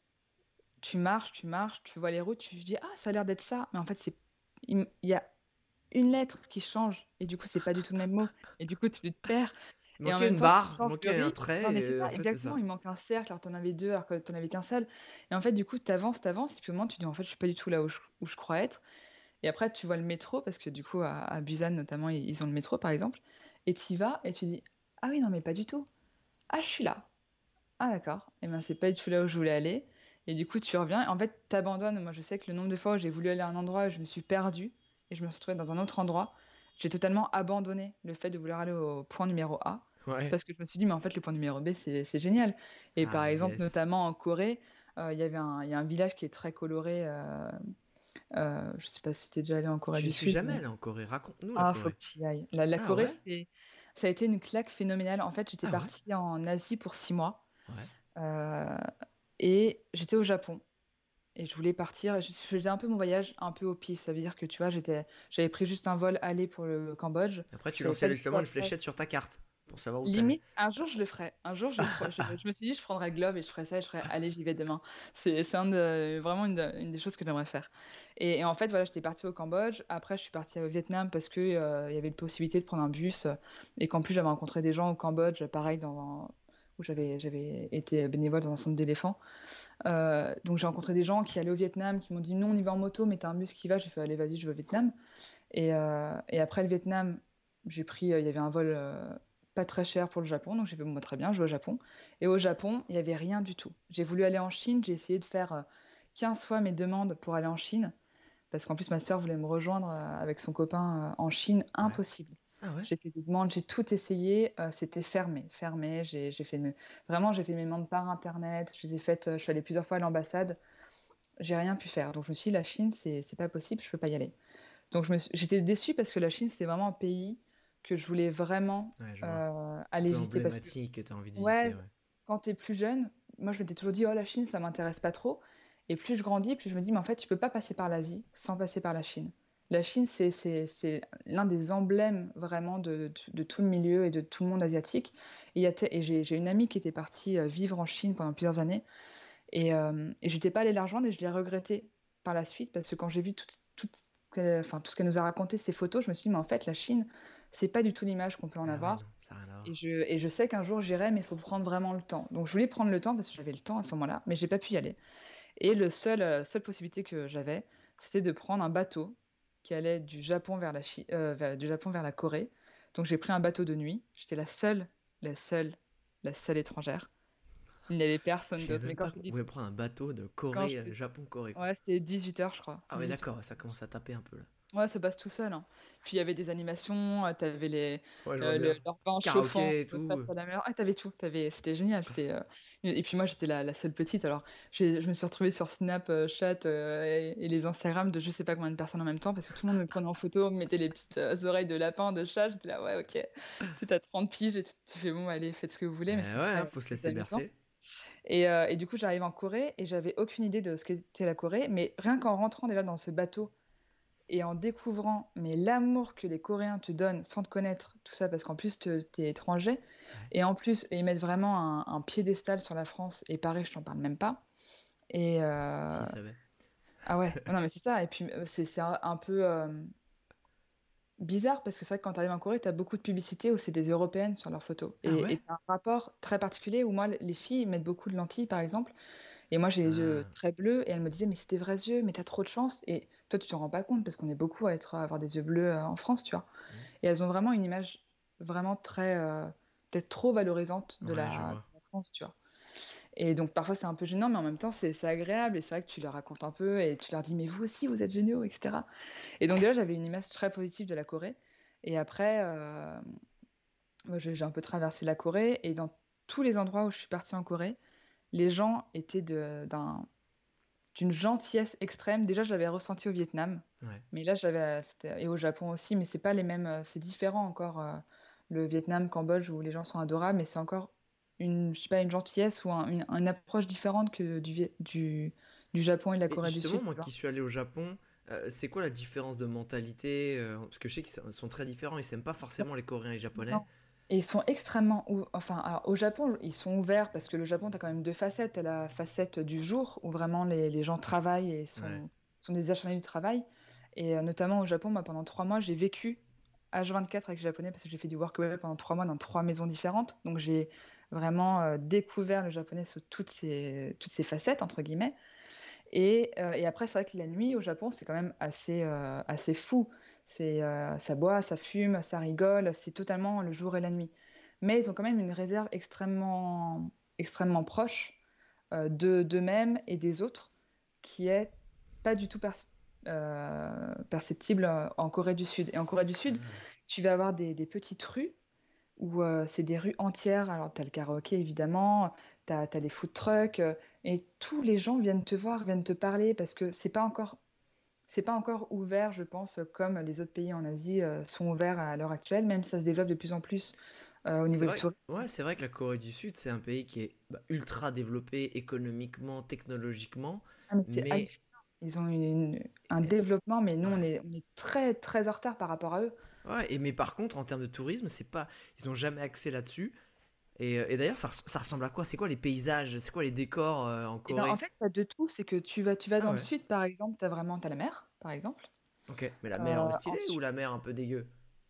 tu marches, tu vois les routes, tu te dis, ah, ça a l'air d'être ça. Mais en fait, il y a une lettre qui change. Et du coup, c'est pas du tout le même mot. Et du coup, tu te perds. Il Et en manquait même une temps, tu barre, il changes de manquait un rythme. Non, trait, mais c'est et ça, en fait, c'est exactement. ça. Il manque un cercle, alors t'en avais deux, alors que t'en avais qu'un seul. Et en fait, du coup, t'avances. Et puis au moment, tu dis, en fait, je suis pas du tout là où je crois être. Et après, tu vois le métro, parce que du coup, à Busan, notamment, ils ont le métro, par exemple. Et tu y vas, et tu dis, ah oui, non, mais pas du tout. Ah, je suis là. Ah, d'accord. Et ben, c'est pas du tout là où je voulais aller. Et du coup, tu reviens. En fait, t'abandonnes. Moi, je sais que le nombre de fois où j'ai voulu aller à un endroit, je me suis perdue. Et je me suis retrouvée dans un autre endroit. J'ai totalement abandonné le fait de vouloir aller au point numéro A. Ouais. Parce que je me suis dit, mais en fait, le point numéro B, c'est génial. Et par Ah, exemple, yes. notamment en Corée, il y a un village qui est très coloré. Je sais pas si t'es déjà allé en Corée Je du suis Sud, jamais mais allé en Corée. Raconte-nous la ah, faut Corée. que tu y ailles. La Ah Corée, ouais? ça a été une claque phénoménale. En fait, j'étais Ah ouais? partie en Asie pour 6 mois Ouais. euh, et j'étais au Japon. Et je voulais partir. Je faisais un peu mon voyage un peu au pif. Ça veut dire que tu vois, j'avais pris juste un vol aller pour le Cambodge. Après, Je tu savais lançais pas du tout justement une après. fléchette sur ta carte pour savoir où t'allais. Limite, un jour je le ferai. Un jour je me suis dit je prendrai le globe et je ferai ça et je ferai allez j'y vais demain. C'est vraiment une des choses que j'aimerais faire. Et en fait voilà j'étais partie au Cambodge. Après je suis partie au Vietnam parce que il y avait une possibilité de prendre un bus et qu'en plus j'avais rencontré des gens au Cambodge pareil où j'avais été bénévole dans un centre d'éléphants. Donc j'ai rencontré des gens qui allaient au Vietnam qui m'ont dit non on y va en moto mais t'as un bus qui va. J'ai fait allez vas-y je vais au Vietnam. Et après le Vietnam, il y avait un vol pas très cher pour le Japon, donc j'ai fait bon, bah, très bien, je vais au Japon. Et au Japon, il n'y avait rien du tout. J'ai voulu aller en Chine, j'ai essayé de faire 15 fois mes demandes pour aller en Chine, parce qu'en plus ma sœur voulait me rejoindre avec son copain en Chine, Ouais. impossible. Ah ouais? J'ai fait des demandes, j'ai tout essayé, c'était fermé. Vraiment, j'ai fait mes demandes par internet, je les ai faites, je suis allée plusieurs fois à l'ambassade, j'ai rien pu faire. Donc je me suis dit, la Chine, c'est pas possible, je peux pas y aller. Donc j'étais déçue parce que la Chine, c'est vraiment un pays que je voulais vraiment Ouais, je vois. Un aller peu visiter parce que, emblématique que t'as envie de ouais, visiter, ouais. quand t'es plus jeune, moi je m'étais toujours dit, oh la Chine, ça m'intéresse pas trop. Et plus je grandis, plus je me dis, mais en fait, tu peux pas passer par l'Asie sans passer par la Chine. La Chine, c'est l'un des emblèmes vraiment de tout le milieu et de tout le monde asiatique. Et j'ai une amie qui était partie vivre en Chine pendant plusieurs années. Et j'étais pas allée la rejoindre et je l'ai regretté par la suite parce que quand j'ai vu tout ce qu'elle nous a raconté, ces photos, je me suis dit, mais en fait, la Chine, c'est pas du tout l'image qu'on peut en Ah ouais, avoir. non, ça n'a rien à Et voir. je sais qu'un jour j'irai, mais il faut prendre vraiment le temps. Donc je voulais prendre le temps parce que j'avais le temps à ce moment-là, mais j'ai pas pu y aller. Et seule possibilité que j'avais, c'était de prendre un bateau qui allait du Japon vers du Japon vers la Corée. Donc j'ai pris un bateau de nuit. J'étais la seule, la seule étrangère. Il n'y avait Je personne savais d'autre. Mais même pas qu'on pouvait prendre un bateau de quand Corée, je te Japon-Corée, quoi. ouais, c'était 18 heures, je crois. Ah ouais, 18 heures. d'accord, ça commence à taper un peu là. Ouais, ça passe tout seul, hein. Puis il y avait des animations, t'avais Ouais, je vois bien. leur bain chauffant Karaoké et face tout. à la mer. Ah, t'avais tout. C'était génial. Et puis moi, j'étais la seule petite. Alors, je me suis retrouvée sur Snapchat et les Instagram de je sais pas combien de personnes en même temps parce que tout le monde me prenait en photo, me mettait les petites oreilles de lapin, de chat. J'étais là, ouais, ok. Tu sais, t'as 30 piges et tu fais bon, allez, faites ce que vous voulez, mais Ouais, c'est hein, très, faut se très laisser amusant. bercer. Et du coup, j'arrive en Corée et j'avais aucune idée de ce qu'était la Corée, mais rien qu'en rentrant déjà dans ce bateau et en découvrant mais l'amour que les Coréens te donnent sans te connaître, tout ça parce qu'en plus t'es étranger, Ouais, et en plus ils mettent vraiment un piédestal sur la France, et Paris je t'en parle même pas. Et s'il savait. ah ouais, non mais c'est ça, et puis c'est un peu bizarre parce que c'est vrai que quand tu arrives en Corée, tu as beaucoup de publicités où c'est des européennes sur leurs photos, Ah et ouais? tu as un rapport très particulier où moi les filles mettent beaucoup de lentilles par exemple. Et moi, j'ai les yeux Ah, très bleus. Et elle me disait, mais c'est tes vrais yeux, mais t'as trop de chance. Et toi, tu t'en rends pas compte parce qu'on est beaucoup à avoir des yeux bleus en France, tu vois. hmm. Et elles ont vraiment une image vraiment très, peut-être trop valorisante Ouais, je de vois. la France, tu vois. Et donc, parfois, c'est un peu gênant, mais en même temps, c'est agréable. Et c'est vrai que tu leur racontes un peu et tu leur dis, mais vous aussi, vous êtes géniaux, etc. Et donc, déjà, j'avais une image très positive de la Corée. Et après, moi, j'ai un peu traversé la Corée. Et dans tous les endroits où je suis partie en Corée, les gens étaient d'une gentillesse extrême. Déjà, je l'avais ressenti au Vietnam, Ouais. mais là, et au Japon aussi, mais c'est pas les mêmes, c'est différent encore. Le Vietnam, Cambodge, où les gens sont adorables, mais c'est encore je sais pas, une gentillesse ou une approche différente que du Japon et de la Et Corée du justement, Sud, moi tu vois. qui suis allé au Japon, c'est quoi la différence de mentalité parce que je sais qu'ils sont très différents, ils s'aiment pas Ils sont- forcément les Coréens et les Japonais. non. Et ils sont extrêmement enfin, alors, au Japon, ils sont ouverts parce que le Japon, tu as quand même deux facettes. Tu as la facette du jour où vraiment les gens travaillent et Ouais. sont des acharnés du travail. Et notamment au Japon, moi, pendant 3 mois, j'ai vécu H24 avec les Japonais parce que j'ai fait du workaway pendant 3 mois dans 3 maisons différentes. Donc j'ai vraiment découvert le japonais sous toutes ses facettes, entre guillemets. Et après, c'est vrai que la nuit au Japon, c'est quand même assez fou. Ça boit, ça fume, ça rigole, c'est totalement le jour et la nuit. Mais ils ont quand même une réserve extrêmement proche d'eux-mêmes et des autres, qui est pas du tout perceptible en Corée du Sud. Et en Corée du Sud, Ah. tu vas avoir des petites rues où c'est des rues entières. Alors, tu as le karaoké, évidemment, tu as les food trucks, et tous les gens viennent te voir, viennent te parler, parce que c'est pas encore ouvert, je pense, comme les autres pays en Asie sont ouverts à l'heure actuelle, même si ça se développe de plus en plus au C'est niveau du vrai, tourisme. ouais, c'est vrai que la Corée du Sud, c'est un pays qui est ultra développé économiquement, technologiquement, Ah, mais c'est mais hallucinant. Ils ont un développement, mais nous, ouais. on est très, très en retard par rapport à eux. Ouais, mais par contre, en termes de tourisme, c'est pas, ils ont jamais axé là-dessus. Et d'ailleurs, ça ressemble à quoi? C'est quoi les paysages? C'est quoi les décors en Et ben, en Corée? fait, tu as de tout. C'est que tu vas Ah dans le ouais. sud, par exemple, t'as la mer, par exemple. Ok, mais la mer stylée ou Ensuite, la mer un peu dégueu?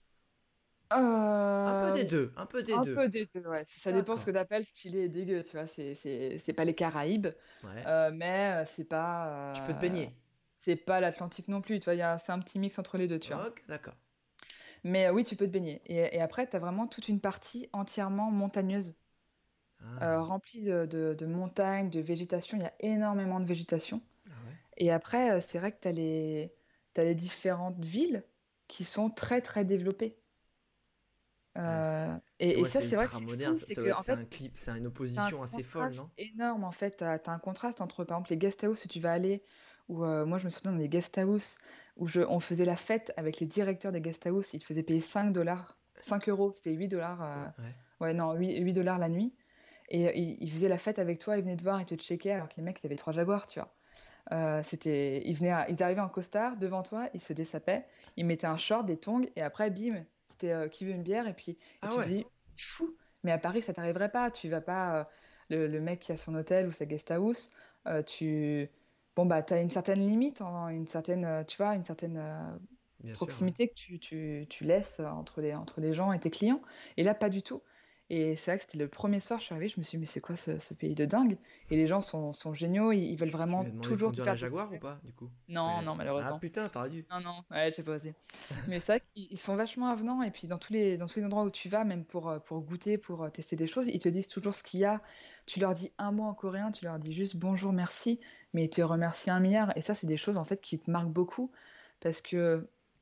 Un peu des euh, deux, un peu des un deux. peu des deux, ouais. Ça dépend ce que D'accord. t'appelles stylé et dégueu, tu vois. C'est pas les Caraïbes, Ouais. mais Tu peux te baigner. c'est pas l'Atlantique non plus, tu vois. C'est un petit mix entre les deux, tu vois. Ok, d'accord. Mais oui, tu peux te baigner. Et après, t'as vraiment toute une partie entièrement montagneuse, Ah, remplie de montagnes, de végétation. Il y a énormément de végétation. ah ouais. Et après, c'est vrai que t'as les différentes villes qui sont très, très développées. Ouais, Et ouais, ça, c'est c'est vrai que ultra c'est moderne. fou, Ça, c'est ça va que être, en c'est fait, un clip, c'est une t'as un opposition assez folle, contraste non? énorme. En fait, t'as un contraste entre, par exemple, les guest house où tu vas aller, où moi, je me souviens dans les guest house où on faisait la fête avec les directeurs des guest house. Ils te faisaient payer 5 $, 5 euros, c'était 8 dollars. Ouais. Ouais, non, 8 $ la nuit. Et ils faisaient la fête avec toi, ils venaient te voir, ils te checkaient, alors que les mecs, ils avaient 3 Jaguars, tu vois. Ils arrivaient en costard devant toi, ils se dessapaient, ils mettaient un short, des tongs, et après, bim, c'était qui veut une bière, et Ah tu te ouais. dis, c'est fou, mais à Paris, ça t'arriverait pas, tu vas pas, le mec qui a son hôtel ou sa guest house, euh, tu, bon, bah, t'as une certaine limite, une certaine, tu vois, une certaine Bien sûr, ouais. proximité que tu laisses entre les gens et tes clients, et là, pas du tout. Et c'est vrai que c'était le premier soir, je suis arrivée, je me suis dit, mais c'est quoi ce pays de dingue? Et les gens sont géniaux, ils veulent Tu lui as vraiment demandé de toujours te conduire la faire Jaguar ou découvrir. pas, du coup? Non, non, Ah malheureusement. putain, t'aurais dû. Non, non, ouais, j'ai pas osé. Mais c'est vrai qu'ils sont vachement avenants, et puis dans tous les endroits où tu vas, même pour goûter, pour tester des choses, ils te disent toujours ce qu'il y a. Tu leur dis un mot en coréen, tu leur dis juste bonjour, merci, mais ils te remercient un milliard. Et ça, c'est des choses en fait qui te marquent beaucoup, parce que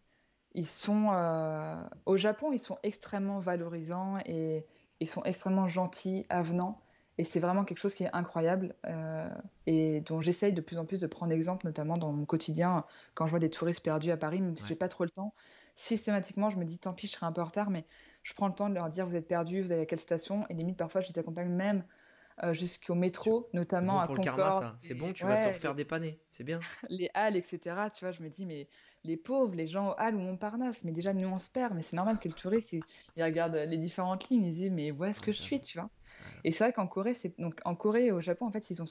Au Japon, ils sont extrêmement valorisants et ils sont extrêmement gentils, avenants. Et c'est vraiment quelque chose qui est incroyable et dont j'essaye de plus en plus de prendre exemple, notamment dans mon quotidien, quand je vois des touristes perdus à Paris, même si Ouais. j'ai pas trop le temps. Systématiquement, je me dis, tant pis, je serai un peu en retard, mais je prends le temps de leur dire, vous êtes perdus, vous allez à quelle station? Et limite, parfois, je les accompagne même jusqu'au Tu- métro, C'est notamment bon à pour le karma, Concorde. ça. C'est bon, tu vas te Ouais, refaire dépanner. C'est bien. les halles, etc. Tu vois, je me dis, mais les pauvres, les gens aux halles ou Montparnasse, mais déjà, nous, on se perd, mais c'est normal que le touriste, il regarde les différentes lignes, il se dit, mais où est-ce Ouais, que je suis, j'avoue. tu vois? Ouais. Et c'est vrai qu'en Corée, donc en Corée et au Japon, en fait, ils ont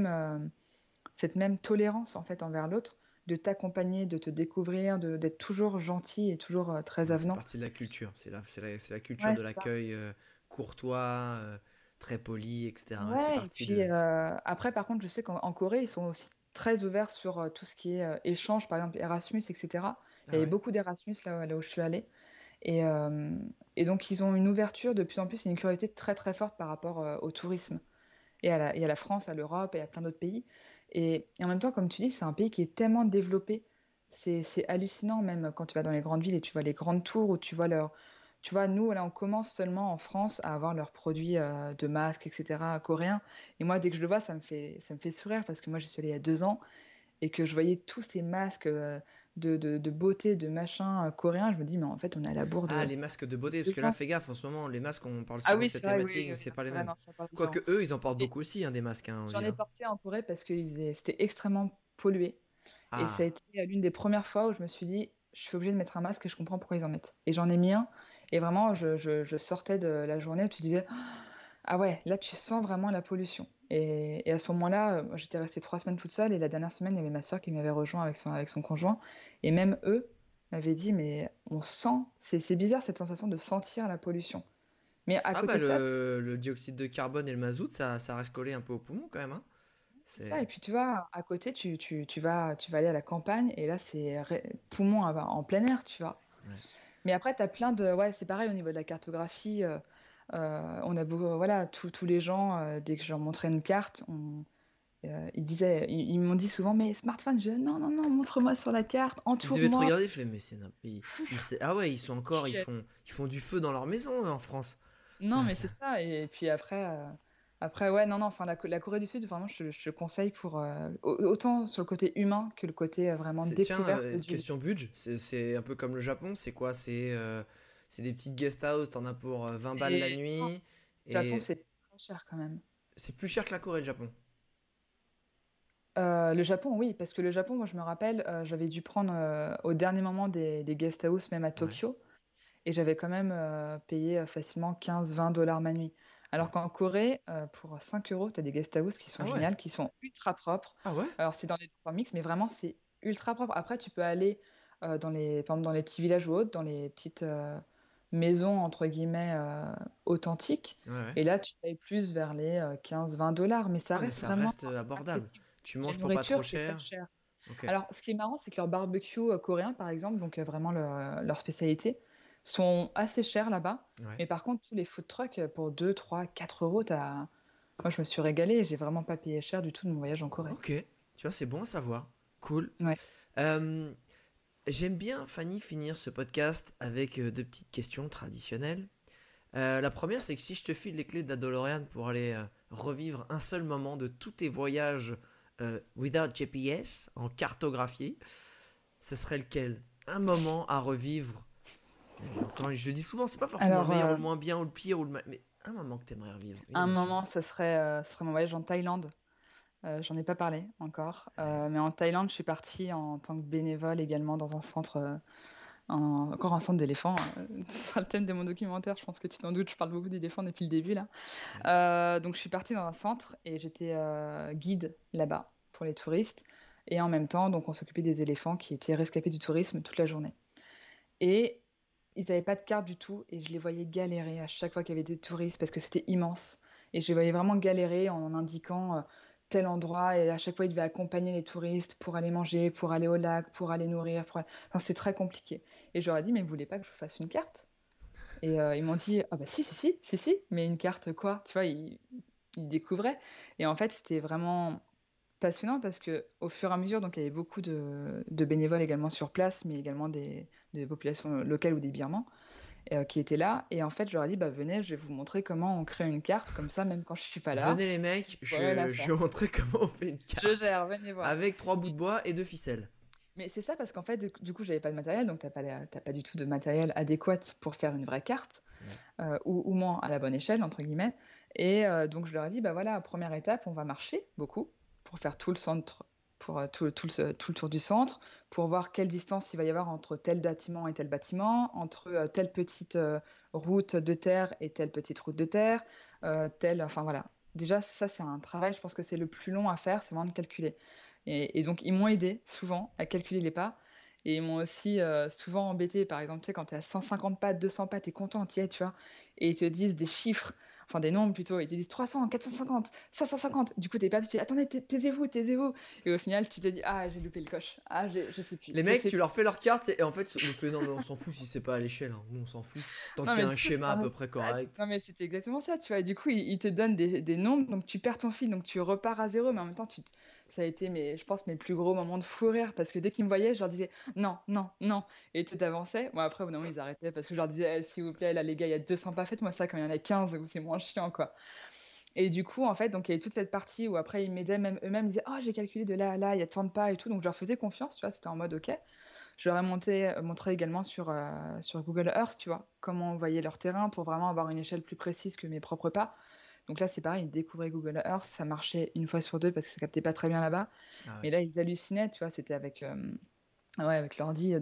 cette même tolérance, en fait, envers l'autre, de t'accompagner, de te découvrir, d'être toujours gentil et toujours très Ouais, c'est avenant. partie de la culture. C'est la culture Ouais, de c'est ça. l'accueil courtois, très poli, etc. Ouais, c'est Ouais, et partie puis de. après, par contre, je sais qu'en Corée, ils sont aussi très ouverts sur tout ce qui est échange, par exemple Erasmus, etc. Il y Ah avait ouais. beaucoup d'Erasmus là où je suis allée. Et, euh, et donc, ils ont une ouverture de plus en plus et une curiosité très très forte par rapport au tourisme et à la France, à l'Europe et à plein d'autres pays. Et en même temps, comme tu dis, c'est un pays qui est tellement développé. C'est hallucinant même quand tu vas dans les grandes villes et tu vois les grandes tours où tu vois leur... Tu vois, nous, là, on commence seulement en France à avoir leurs produits de masques, etc., coréens. Et moi, dès que je le vois, ça me fait sourire parce que moi, j'y suis allée il y a 2 ans et que je voyais tous ces masques de beauté, de machin coréens. Je me dis, mais en fait, on est à la bourre Ah, les masques de de beauté, parce que là, 200. fais gaffe, en ce moment, les masques, on parle Ah souvent de oui, cette c'est vrai, oui, thématique, mais oui, c'est pas les c'est vrai, mêmes. non, c'est encore différent. Quoique eux, ils en portent beaucoup aussi, hein, des masques, hein, on J'en dit. ai Hein. porté en Corée parce que c'était extrêmement pollué. Et ça a Ah, été l'une des premières fois où je me suis dit, je suis obligée de mettre un masque et je comprends pourquoi ils en mettent. Et j'en ai mis un. Et vraiment, je sortais de la journée où tu disais, ah ouais, là tu sens vraiment la pollution. Et à ce moment-là, j'étais restée 3 semaines toute seule. Et la dernière semaine, il y avait ma soeur qui m'avait rejoint avec son conjoint. Et même eux m'avaient dit, mais on sent, c'est bizarre cette sensation de sentir la pollution. Mais à ah bah côté de ça, le dioxyde de carbone et le mazout, ça reste collé un peu au poumon quand même. Hein. c'est ça, et C'est. puis tu vois, à côté, tu vas aller à la campagne, et là, poumon en plein air, tu vois. Ouais. Mais après, tu as plein de... Ouais, c'est pareil au niveau de la cartographie. On a beau... Voilà, tous les gens, dès que je leur montrais une carte, ils m'ont dit souvent, mais smartphone, je dis, non, non, non, montre-moi sur la carte, Ils devaient te entoure-moi. regarder, fait, mais ah ouais, ils sont encore, Stylé. ils font du feu dans leur maison en France. Non, mais c'est ça. Et puis après ouais, non, non, enfin, la Corée du Sud, vraiment, je te conseille pour autant sur le côté humain que le côté vraiment Tiens, découverte du lieu. question budget, c'est un peu comme le Japon, c'est quoi? C'est des petites guest house, t'en as pour 20 balles la Non, nuit, le Japon, et c'est très cher quand même. c'est plus cher que la Corée, le Japon. Le Japon, oui, parce que le Japon, moi, je me rappelle, j'avais dû prendre au dernier moment des guest house, même à Ouais, Tokyo, et j'avais quand même payé facilement 15-20 $ ma nuit. ouais. Alors qu'en Corée, pour 5 euros, tu as des guest house qui sont Ah ouais, géniales, qui sont ultra propres. ah ouais? Alors, c'est dans les dortoirs mix, mais vraiment, c'est ultra propre. Après, tu peux aller par exemple, dans les petits villages ou autres, dans les petites maisons, entre guillemets, authentiques. Ouais, ouais. Et là, tu payes plus vers les 15-20 $, mais ça Ah, mais reste ça vraiment reste abordable. accessible. Tu La manges pour pas trop nourriture, c'est pas cher. cher. Ok. Alors, ce qui est marrant, c'est que leur barbecue coréen, par exemple, donc vraiment leur spécialité, sont assez chers là-bas. Ouais. Mais par contre, tous les food trucks, pour 2, 3, 4 euros, moi, je me suis régalée et j'ai vraiment pas payé cher du tout de mon voyage en Corée. Ok. Tu vois, c'est bon à savoir. Cool. Ouais. Euh, J'aime bien, Fanny, finir ce podcast avec deux petites questions traditionnelles. La première, c'est que si je te file les clés de la DeLorean pour aller revivre un seul moment de tous tes voyages without GPS, en cartographie, ce serait lequel? Un moment à revivre. Encore, je dis souvent, c'est pas forcément le Alors, meilleur ou le moins bien ou le pire mais un moment que t'aimerais revivre, une un émotion. moment, ce serait mon voyage en Thaïlande. J'en ai pas parlé encore. Ouais. Mais en Thaïlande, je suis partie en tant que bénévole également dans un centre, encore un centre d'éléphants. Ce sera le thème de mon documentaire. Je pense que tu t'en doutes, je parle beaucoup d'éléphants depuis le début là. Ouais. Donc je suis partie dans un centre et j'étais guide là-bas pour les touristes. Et en même temps, donc on s'occupait des éléphants qui étaient rescapés du tourisme toute la journée. Et ils n'avaient pas de carte du tout et je les voyais galérer à chaque fois qu'il y avait des touristes parce que c'était immense. Et je les voyais vraiment galérer en indiquant tel endroit et à chaque fois ils devaient accompagner les touristes pour aller manger, pour aller au lac, pour aller nourrir. Enfin, c'est très compliqué. Et j'aurais dit, mais vous voulez pas que je vous fasse une carte? Et ils m'ont dit, ah bah si, si, si, si, si, mais une carte quoi? Tu vois, ils découvraient. Et en fait, c'était vraiment passionnant parce que au fur et à mesure, donc il y avait beaucoup de bénévoles également sur place, mais également des populations locales ou des Birmans qui étaient là. Et en fait, je leur ai dit, bah venez, je vais vous montrer comment on crée une carte comme ça, même quand je suis pas là. Venez les mecs, Voilà je ça. vais vous montrer comment on fait une Je carte. gère, venez voir. Avec 3 bouts de bois et 2 ficelles. Mais c'est ça parce qu'en fait, du coup, j'avais pas de matériel, donc t'as pas du tout de matériel adéquat pour faire une vraie carte, ou moins à la bonne échelle, entre guillemets. Et donc, je leur ai dit, bah voilà, première étape, on va marcher beaucoup pour faire tout le centre, pour tout le tour du centre, pour voir quelle distance il va y avoir entre tel bâtiment et tel bâtiment, entre telle petite route de terre et telle petite route de terre, enfin voilà. Déjà, ça, c'est un travail, je pense que c'est le plus long à faire, c'est vraiment de calculer. Et donc, ils m'ont aidé souvent à calculer les pas. Et ils m'ont aussi souvent embêté. Par exemple, tu sais, quand tu es à 150 pas, 200 pas, tu es content, tu y es, tu vois. Et ils te disent des chiffres, enfin des nombres plutôt. Ils te disent 300, 450, 550. Du coup, tu es perdu. Tu dis, attendez, taisez-vous, taisez-vous. Et au final, tu te dis, ah, j'ai loupé le coche. Ah, je sais plus. Les mecs, tu leur fais leur carte et en fait, on fait non, mais on s'en fout si c'est pas à l'échelle. Hein. Nous, on s'en fout. Tant qu'il y a un schéma à peu près correct. Non, mais c'était exactement ça, tu vois. Et du coup, ils te donnent des nombres, donc tu perds ton fil, donc tu repars à zéro. Mais en même temps, ça a été, je pense, mes plus gros moments de fou rire parce que dès qu'ils me voyaient, je leur disais non, non, non. Et tu avançais. Bon, après, au bout d'un moment, ils arrêtaient parce que je leur disais, s'il vous plaît, là, les gars, il y a 200 pas, faites-moi ça quand il y en a 15 où c'est moins chiant, quoi. Et du coup, en fait, donc il y avait toute cette partie où après, ils m'aidaient même eux-mêmes, ils disaient, oh, j'ai calculé de là à là, il y a tant de pas et tout. Donc je leur faisais confiance, tu vois, c'était en mode, ok. Je leur ai montré également sur Google Earth, tu vois, comment envoyer leur terrain pour vraiment avoir une échelle plus précise que mes propres pas. Donc là, c'est pareil, ils découvraient Google Earth, ça marchait une fois sur deux parce que ça captait pas très bien là-bas. Ah ouais. Mais là, ils hallucinaient, tu vois, c'était avec l'ordi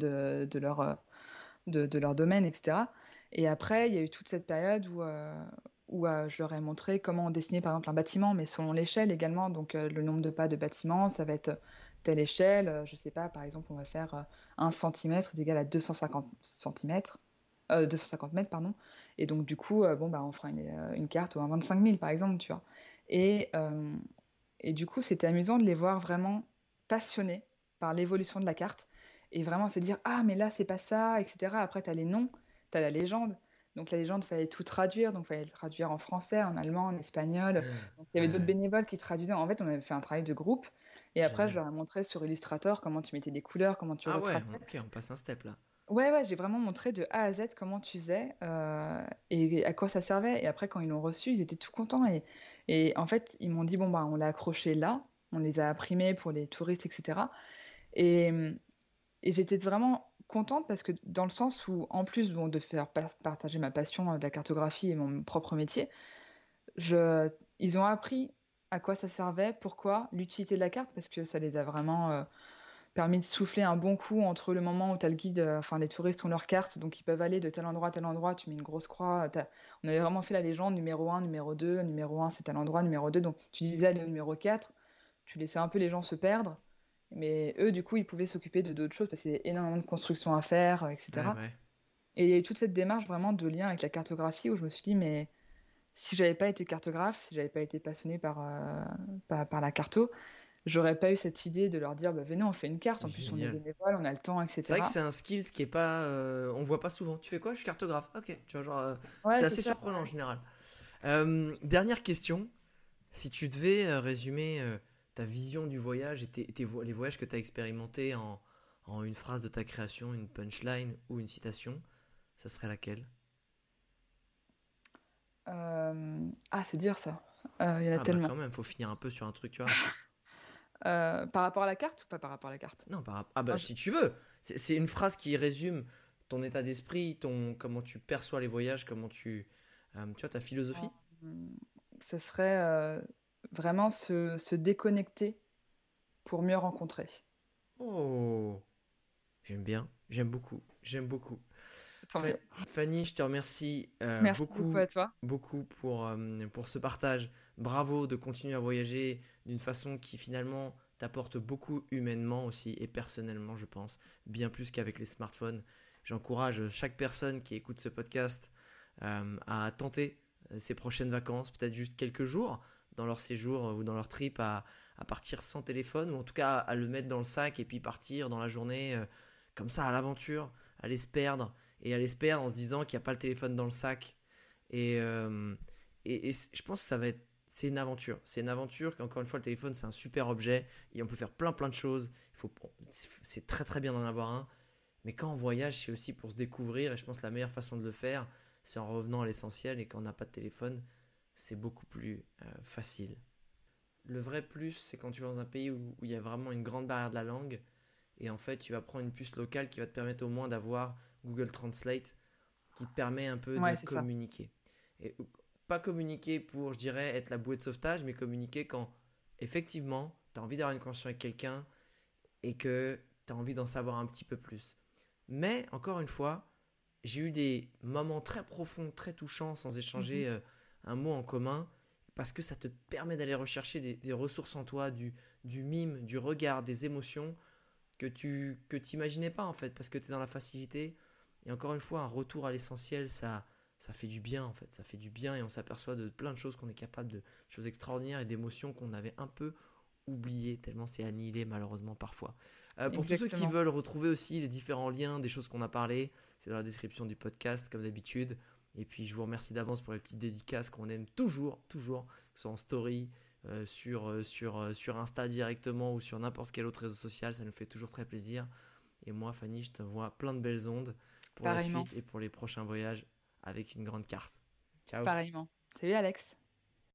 de leur domaine, etc. Et après, il y a eu toute cette période où je leur ai montré comment on dessinait par exemple un bâtiment, mais selon l'échelle également. Donc le nombre de pas de bâtiment, ça va être telle échelle. Je sais pas, par exemple, on va faire 1 centimètre est égal à 250 centimètres. 250 mètres, pardon. Et donc, du coup, bon, bah, on fera une carte ou un 25 000, par exemple, tu vois. Et, euh, et du coup, c'était amusant de les voir vraiment passionnés par l'évolution de la carte et vraiment se dire, ah, mais là, c'est pas ça, etc. Après, tu as les noms, tu as la légende. Donc, la légende, il fallait tout traduire. Donc, il fallait le traduire en français, en allemand, en espagnol. Donc, il y avait d'autres Ouais, bénévoles qui traduisaient. En fait, on avait fait un travail de groupe. Et après, je génial. leur ai montré sur Illustrator comment tu mettais des couleurs, comment tu Ah ouais, retraçais. ok, on passe un step là. Ouais, ouais, j'ai vraiment montré de A à Z comment tu faisais et à quoi ça servait. Et après, quand ils l'ont reçu, ils étaient tout contents. Et en fait, ils m'ont dit, bon, bah, on l'a accroché là, on les a imprimés pour les touristes, etc. Et, et j'étais vraiment contente parce que dans le sens où, en plus bon, de faire partager ma passion de la cartographie et mon propre métier, ils ont appris à quoi ça servait, pourquoi, l'utilité de la carte, parce que ça les a vraiment permis de souffler un bon coup entre le moment où tu as le guide, enfin les touristes ont leur carte, donc ils peuvent aller de tel endroit à tel endroit, tu mets une grosse croix. On avait vraiment fait la légende, numéro un, numéro 1 c'est tel endroit, numéro 2 donc tu disais aller au numéro 4, tu laissais un peu les gens se perdre, mais eux du coup ils pouvaient s'occuper de d'autres choses parce qu'il y a énormément de constructions à faire, Ouais, etc. ouais. Et il y a eu toute cette démarche vraiment de lien avec la cartographie où je me suis dit, mais si j'avais pas été cartographe, si j'avais pas été passionnée par la carto, j'aurais pas eu cette idée de leur dire, bah, venez, on fait une carte. En plus, on est Génial. bénévole, on a le temps, C'est vrai que etc. c'est un skill qui est pas. On voit pas souvent. Tu fais quoi? Je suis cartographe. Ok, tu vois, genre. C'est Ouais, c'est assez ça. surprenant en général. Dernière question. Si tu devais résumer ta vision du voyage et les voyages que tu as expérimentés en une phrase de ta création, une punchline ou une citation, ça serait laquelle? Ah, c'est dur ça. Il y en a Ah bah tellement. quand même, faut finir un peu sur un truc, tu vois. Par rapport à la carte ou pas par rapport à la carte? Non, ah bah Moi, si tu veux. C'est une phrase qui résume ton état d'esprit, comment tu perçois les voyages, tu vois, ta philosophie. euh, Ce serait vraiment se déconnecter pour mieux rencontrer. Oh, j'aime bien, j'aime beaucoup. Tant mieux. Fanny, je te remercie Merci beaucoup à toi. beaucoup pour ce partage. Bravo de continuer à voyager d'une façon qui finalement t'apporte beaucoup humainement aussi et personnellement, je pense, bien plus qu'avec les smartphones. J'encourage chaque personne qui écoute ce podcast à tenter ses prochaines vacances, peut-être juste quelques jours dans leur séjour ou dans leur trip à partir sans téléphone ou en tout cas à le mettre dans le sac et puis partir dans la journée comme ça à l'aventure, aller se perdre et aller se perdre en se disant qu'il n'y a pas le téléphone dans le sac. Et je pense que c'est une aventure. C'est une aventure qu'encore une fois, le téléphone, c'est un super objet et on peut faire plein de choses. C'est très très bien d'en avoir un. Mais quand on voyage, c'est aussi pour se découvrir. Et je pense que la meilleure façon de le faire, c'est en revenant à l'essentiel. Et quand on n'a pas de téléphone, c'est beaucoup plus facile. Le vrai plus, c'est quand tu vas dans un pays où il y a vraiment une grande barrière de la langue. Et en fait, tu vas prendre une puce locale qui va te permettre au moins d'avoir Google Translate qui te permet un peu Ouais, de c'est ça. communiquer. Et pas communiquer pour, je dirais, être la bouée de sauvetage, mais communiquer quand, effectivement, tu as envie d'avoir une conversation avec quelqu'un et que tu as envie d'en savoir un petit peu plus. Mais, encore une fois, j'ai eu des moments très profonds, très touchants, sans Mhm. échanger un mot en commun, parce que ça te permet d'aller rechercher des ressources en toi, du mime, du regard, des émotions que tu imaginais pas en fait, parce que tu es dans la facilité. Et encore une fois, un retour à l'essentiel, ça fait du bien en fait, ça fait du bien et on s'aperçoit de plein de choses qu'on est capable de choses extraordinaires et d'émotions qu'on avait un peu oubliées, tellement c'est annihilé malheureusement parfois. Pour tous ceux qui Exactement. veulent retrouver aussi les différents liens des choses qu'on a parlé, c'est dans la description du podcast comme d'habitude. Et puis je vous remercie d'avance pour les petites dédicaces qu'on aime toujours, toujours, que ce soit en story, sur Insta directement ou sur n'importe quel autre réseau social, ça nous fait toujours très plaisir. Et moi, Fanny, je te vois plein de belles ondes pour la Pareillement. suite et pour les prochains voyages avec une grande carte. Ciao! Pareillement. Salut Alex.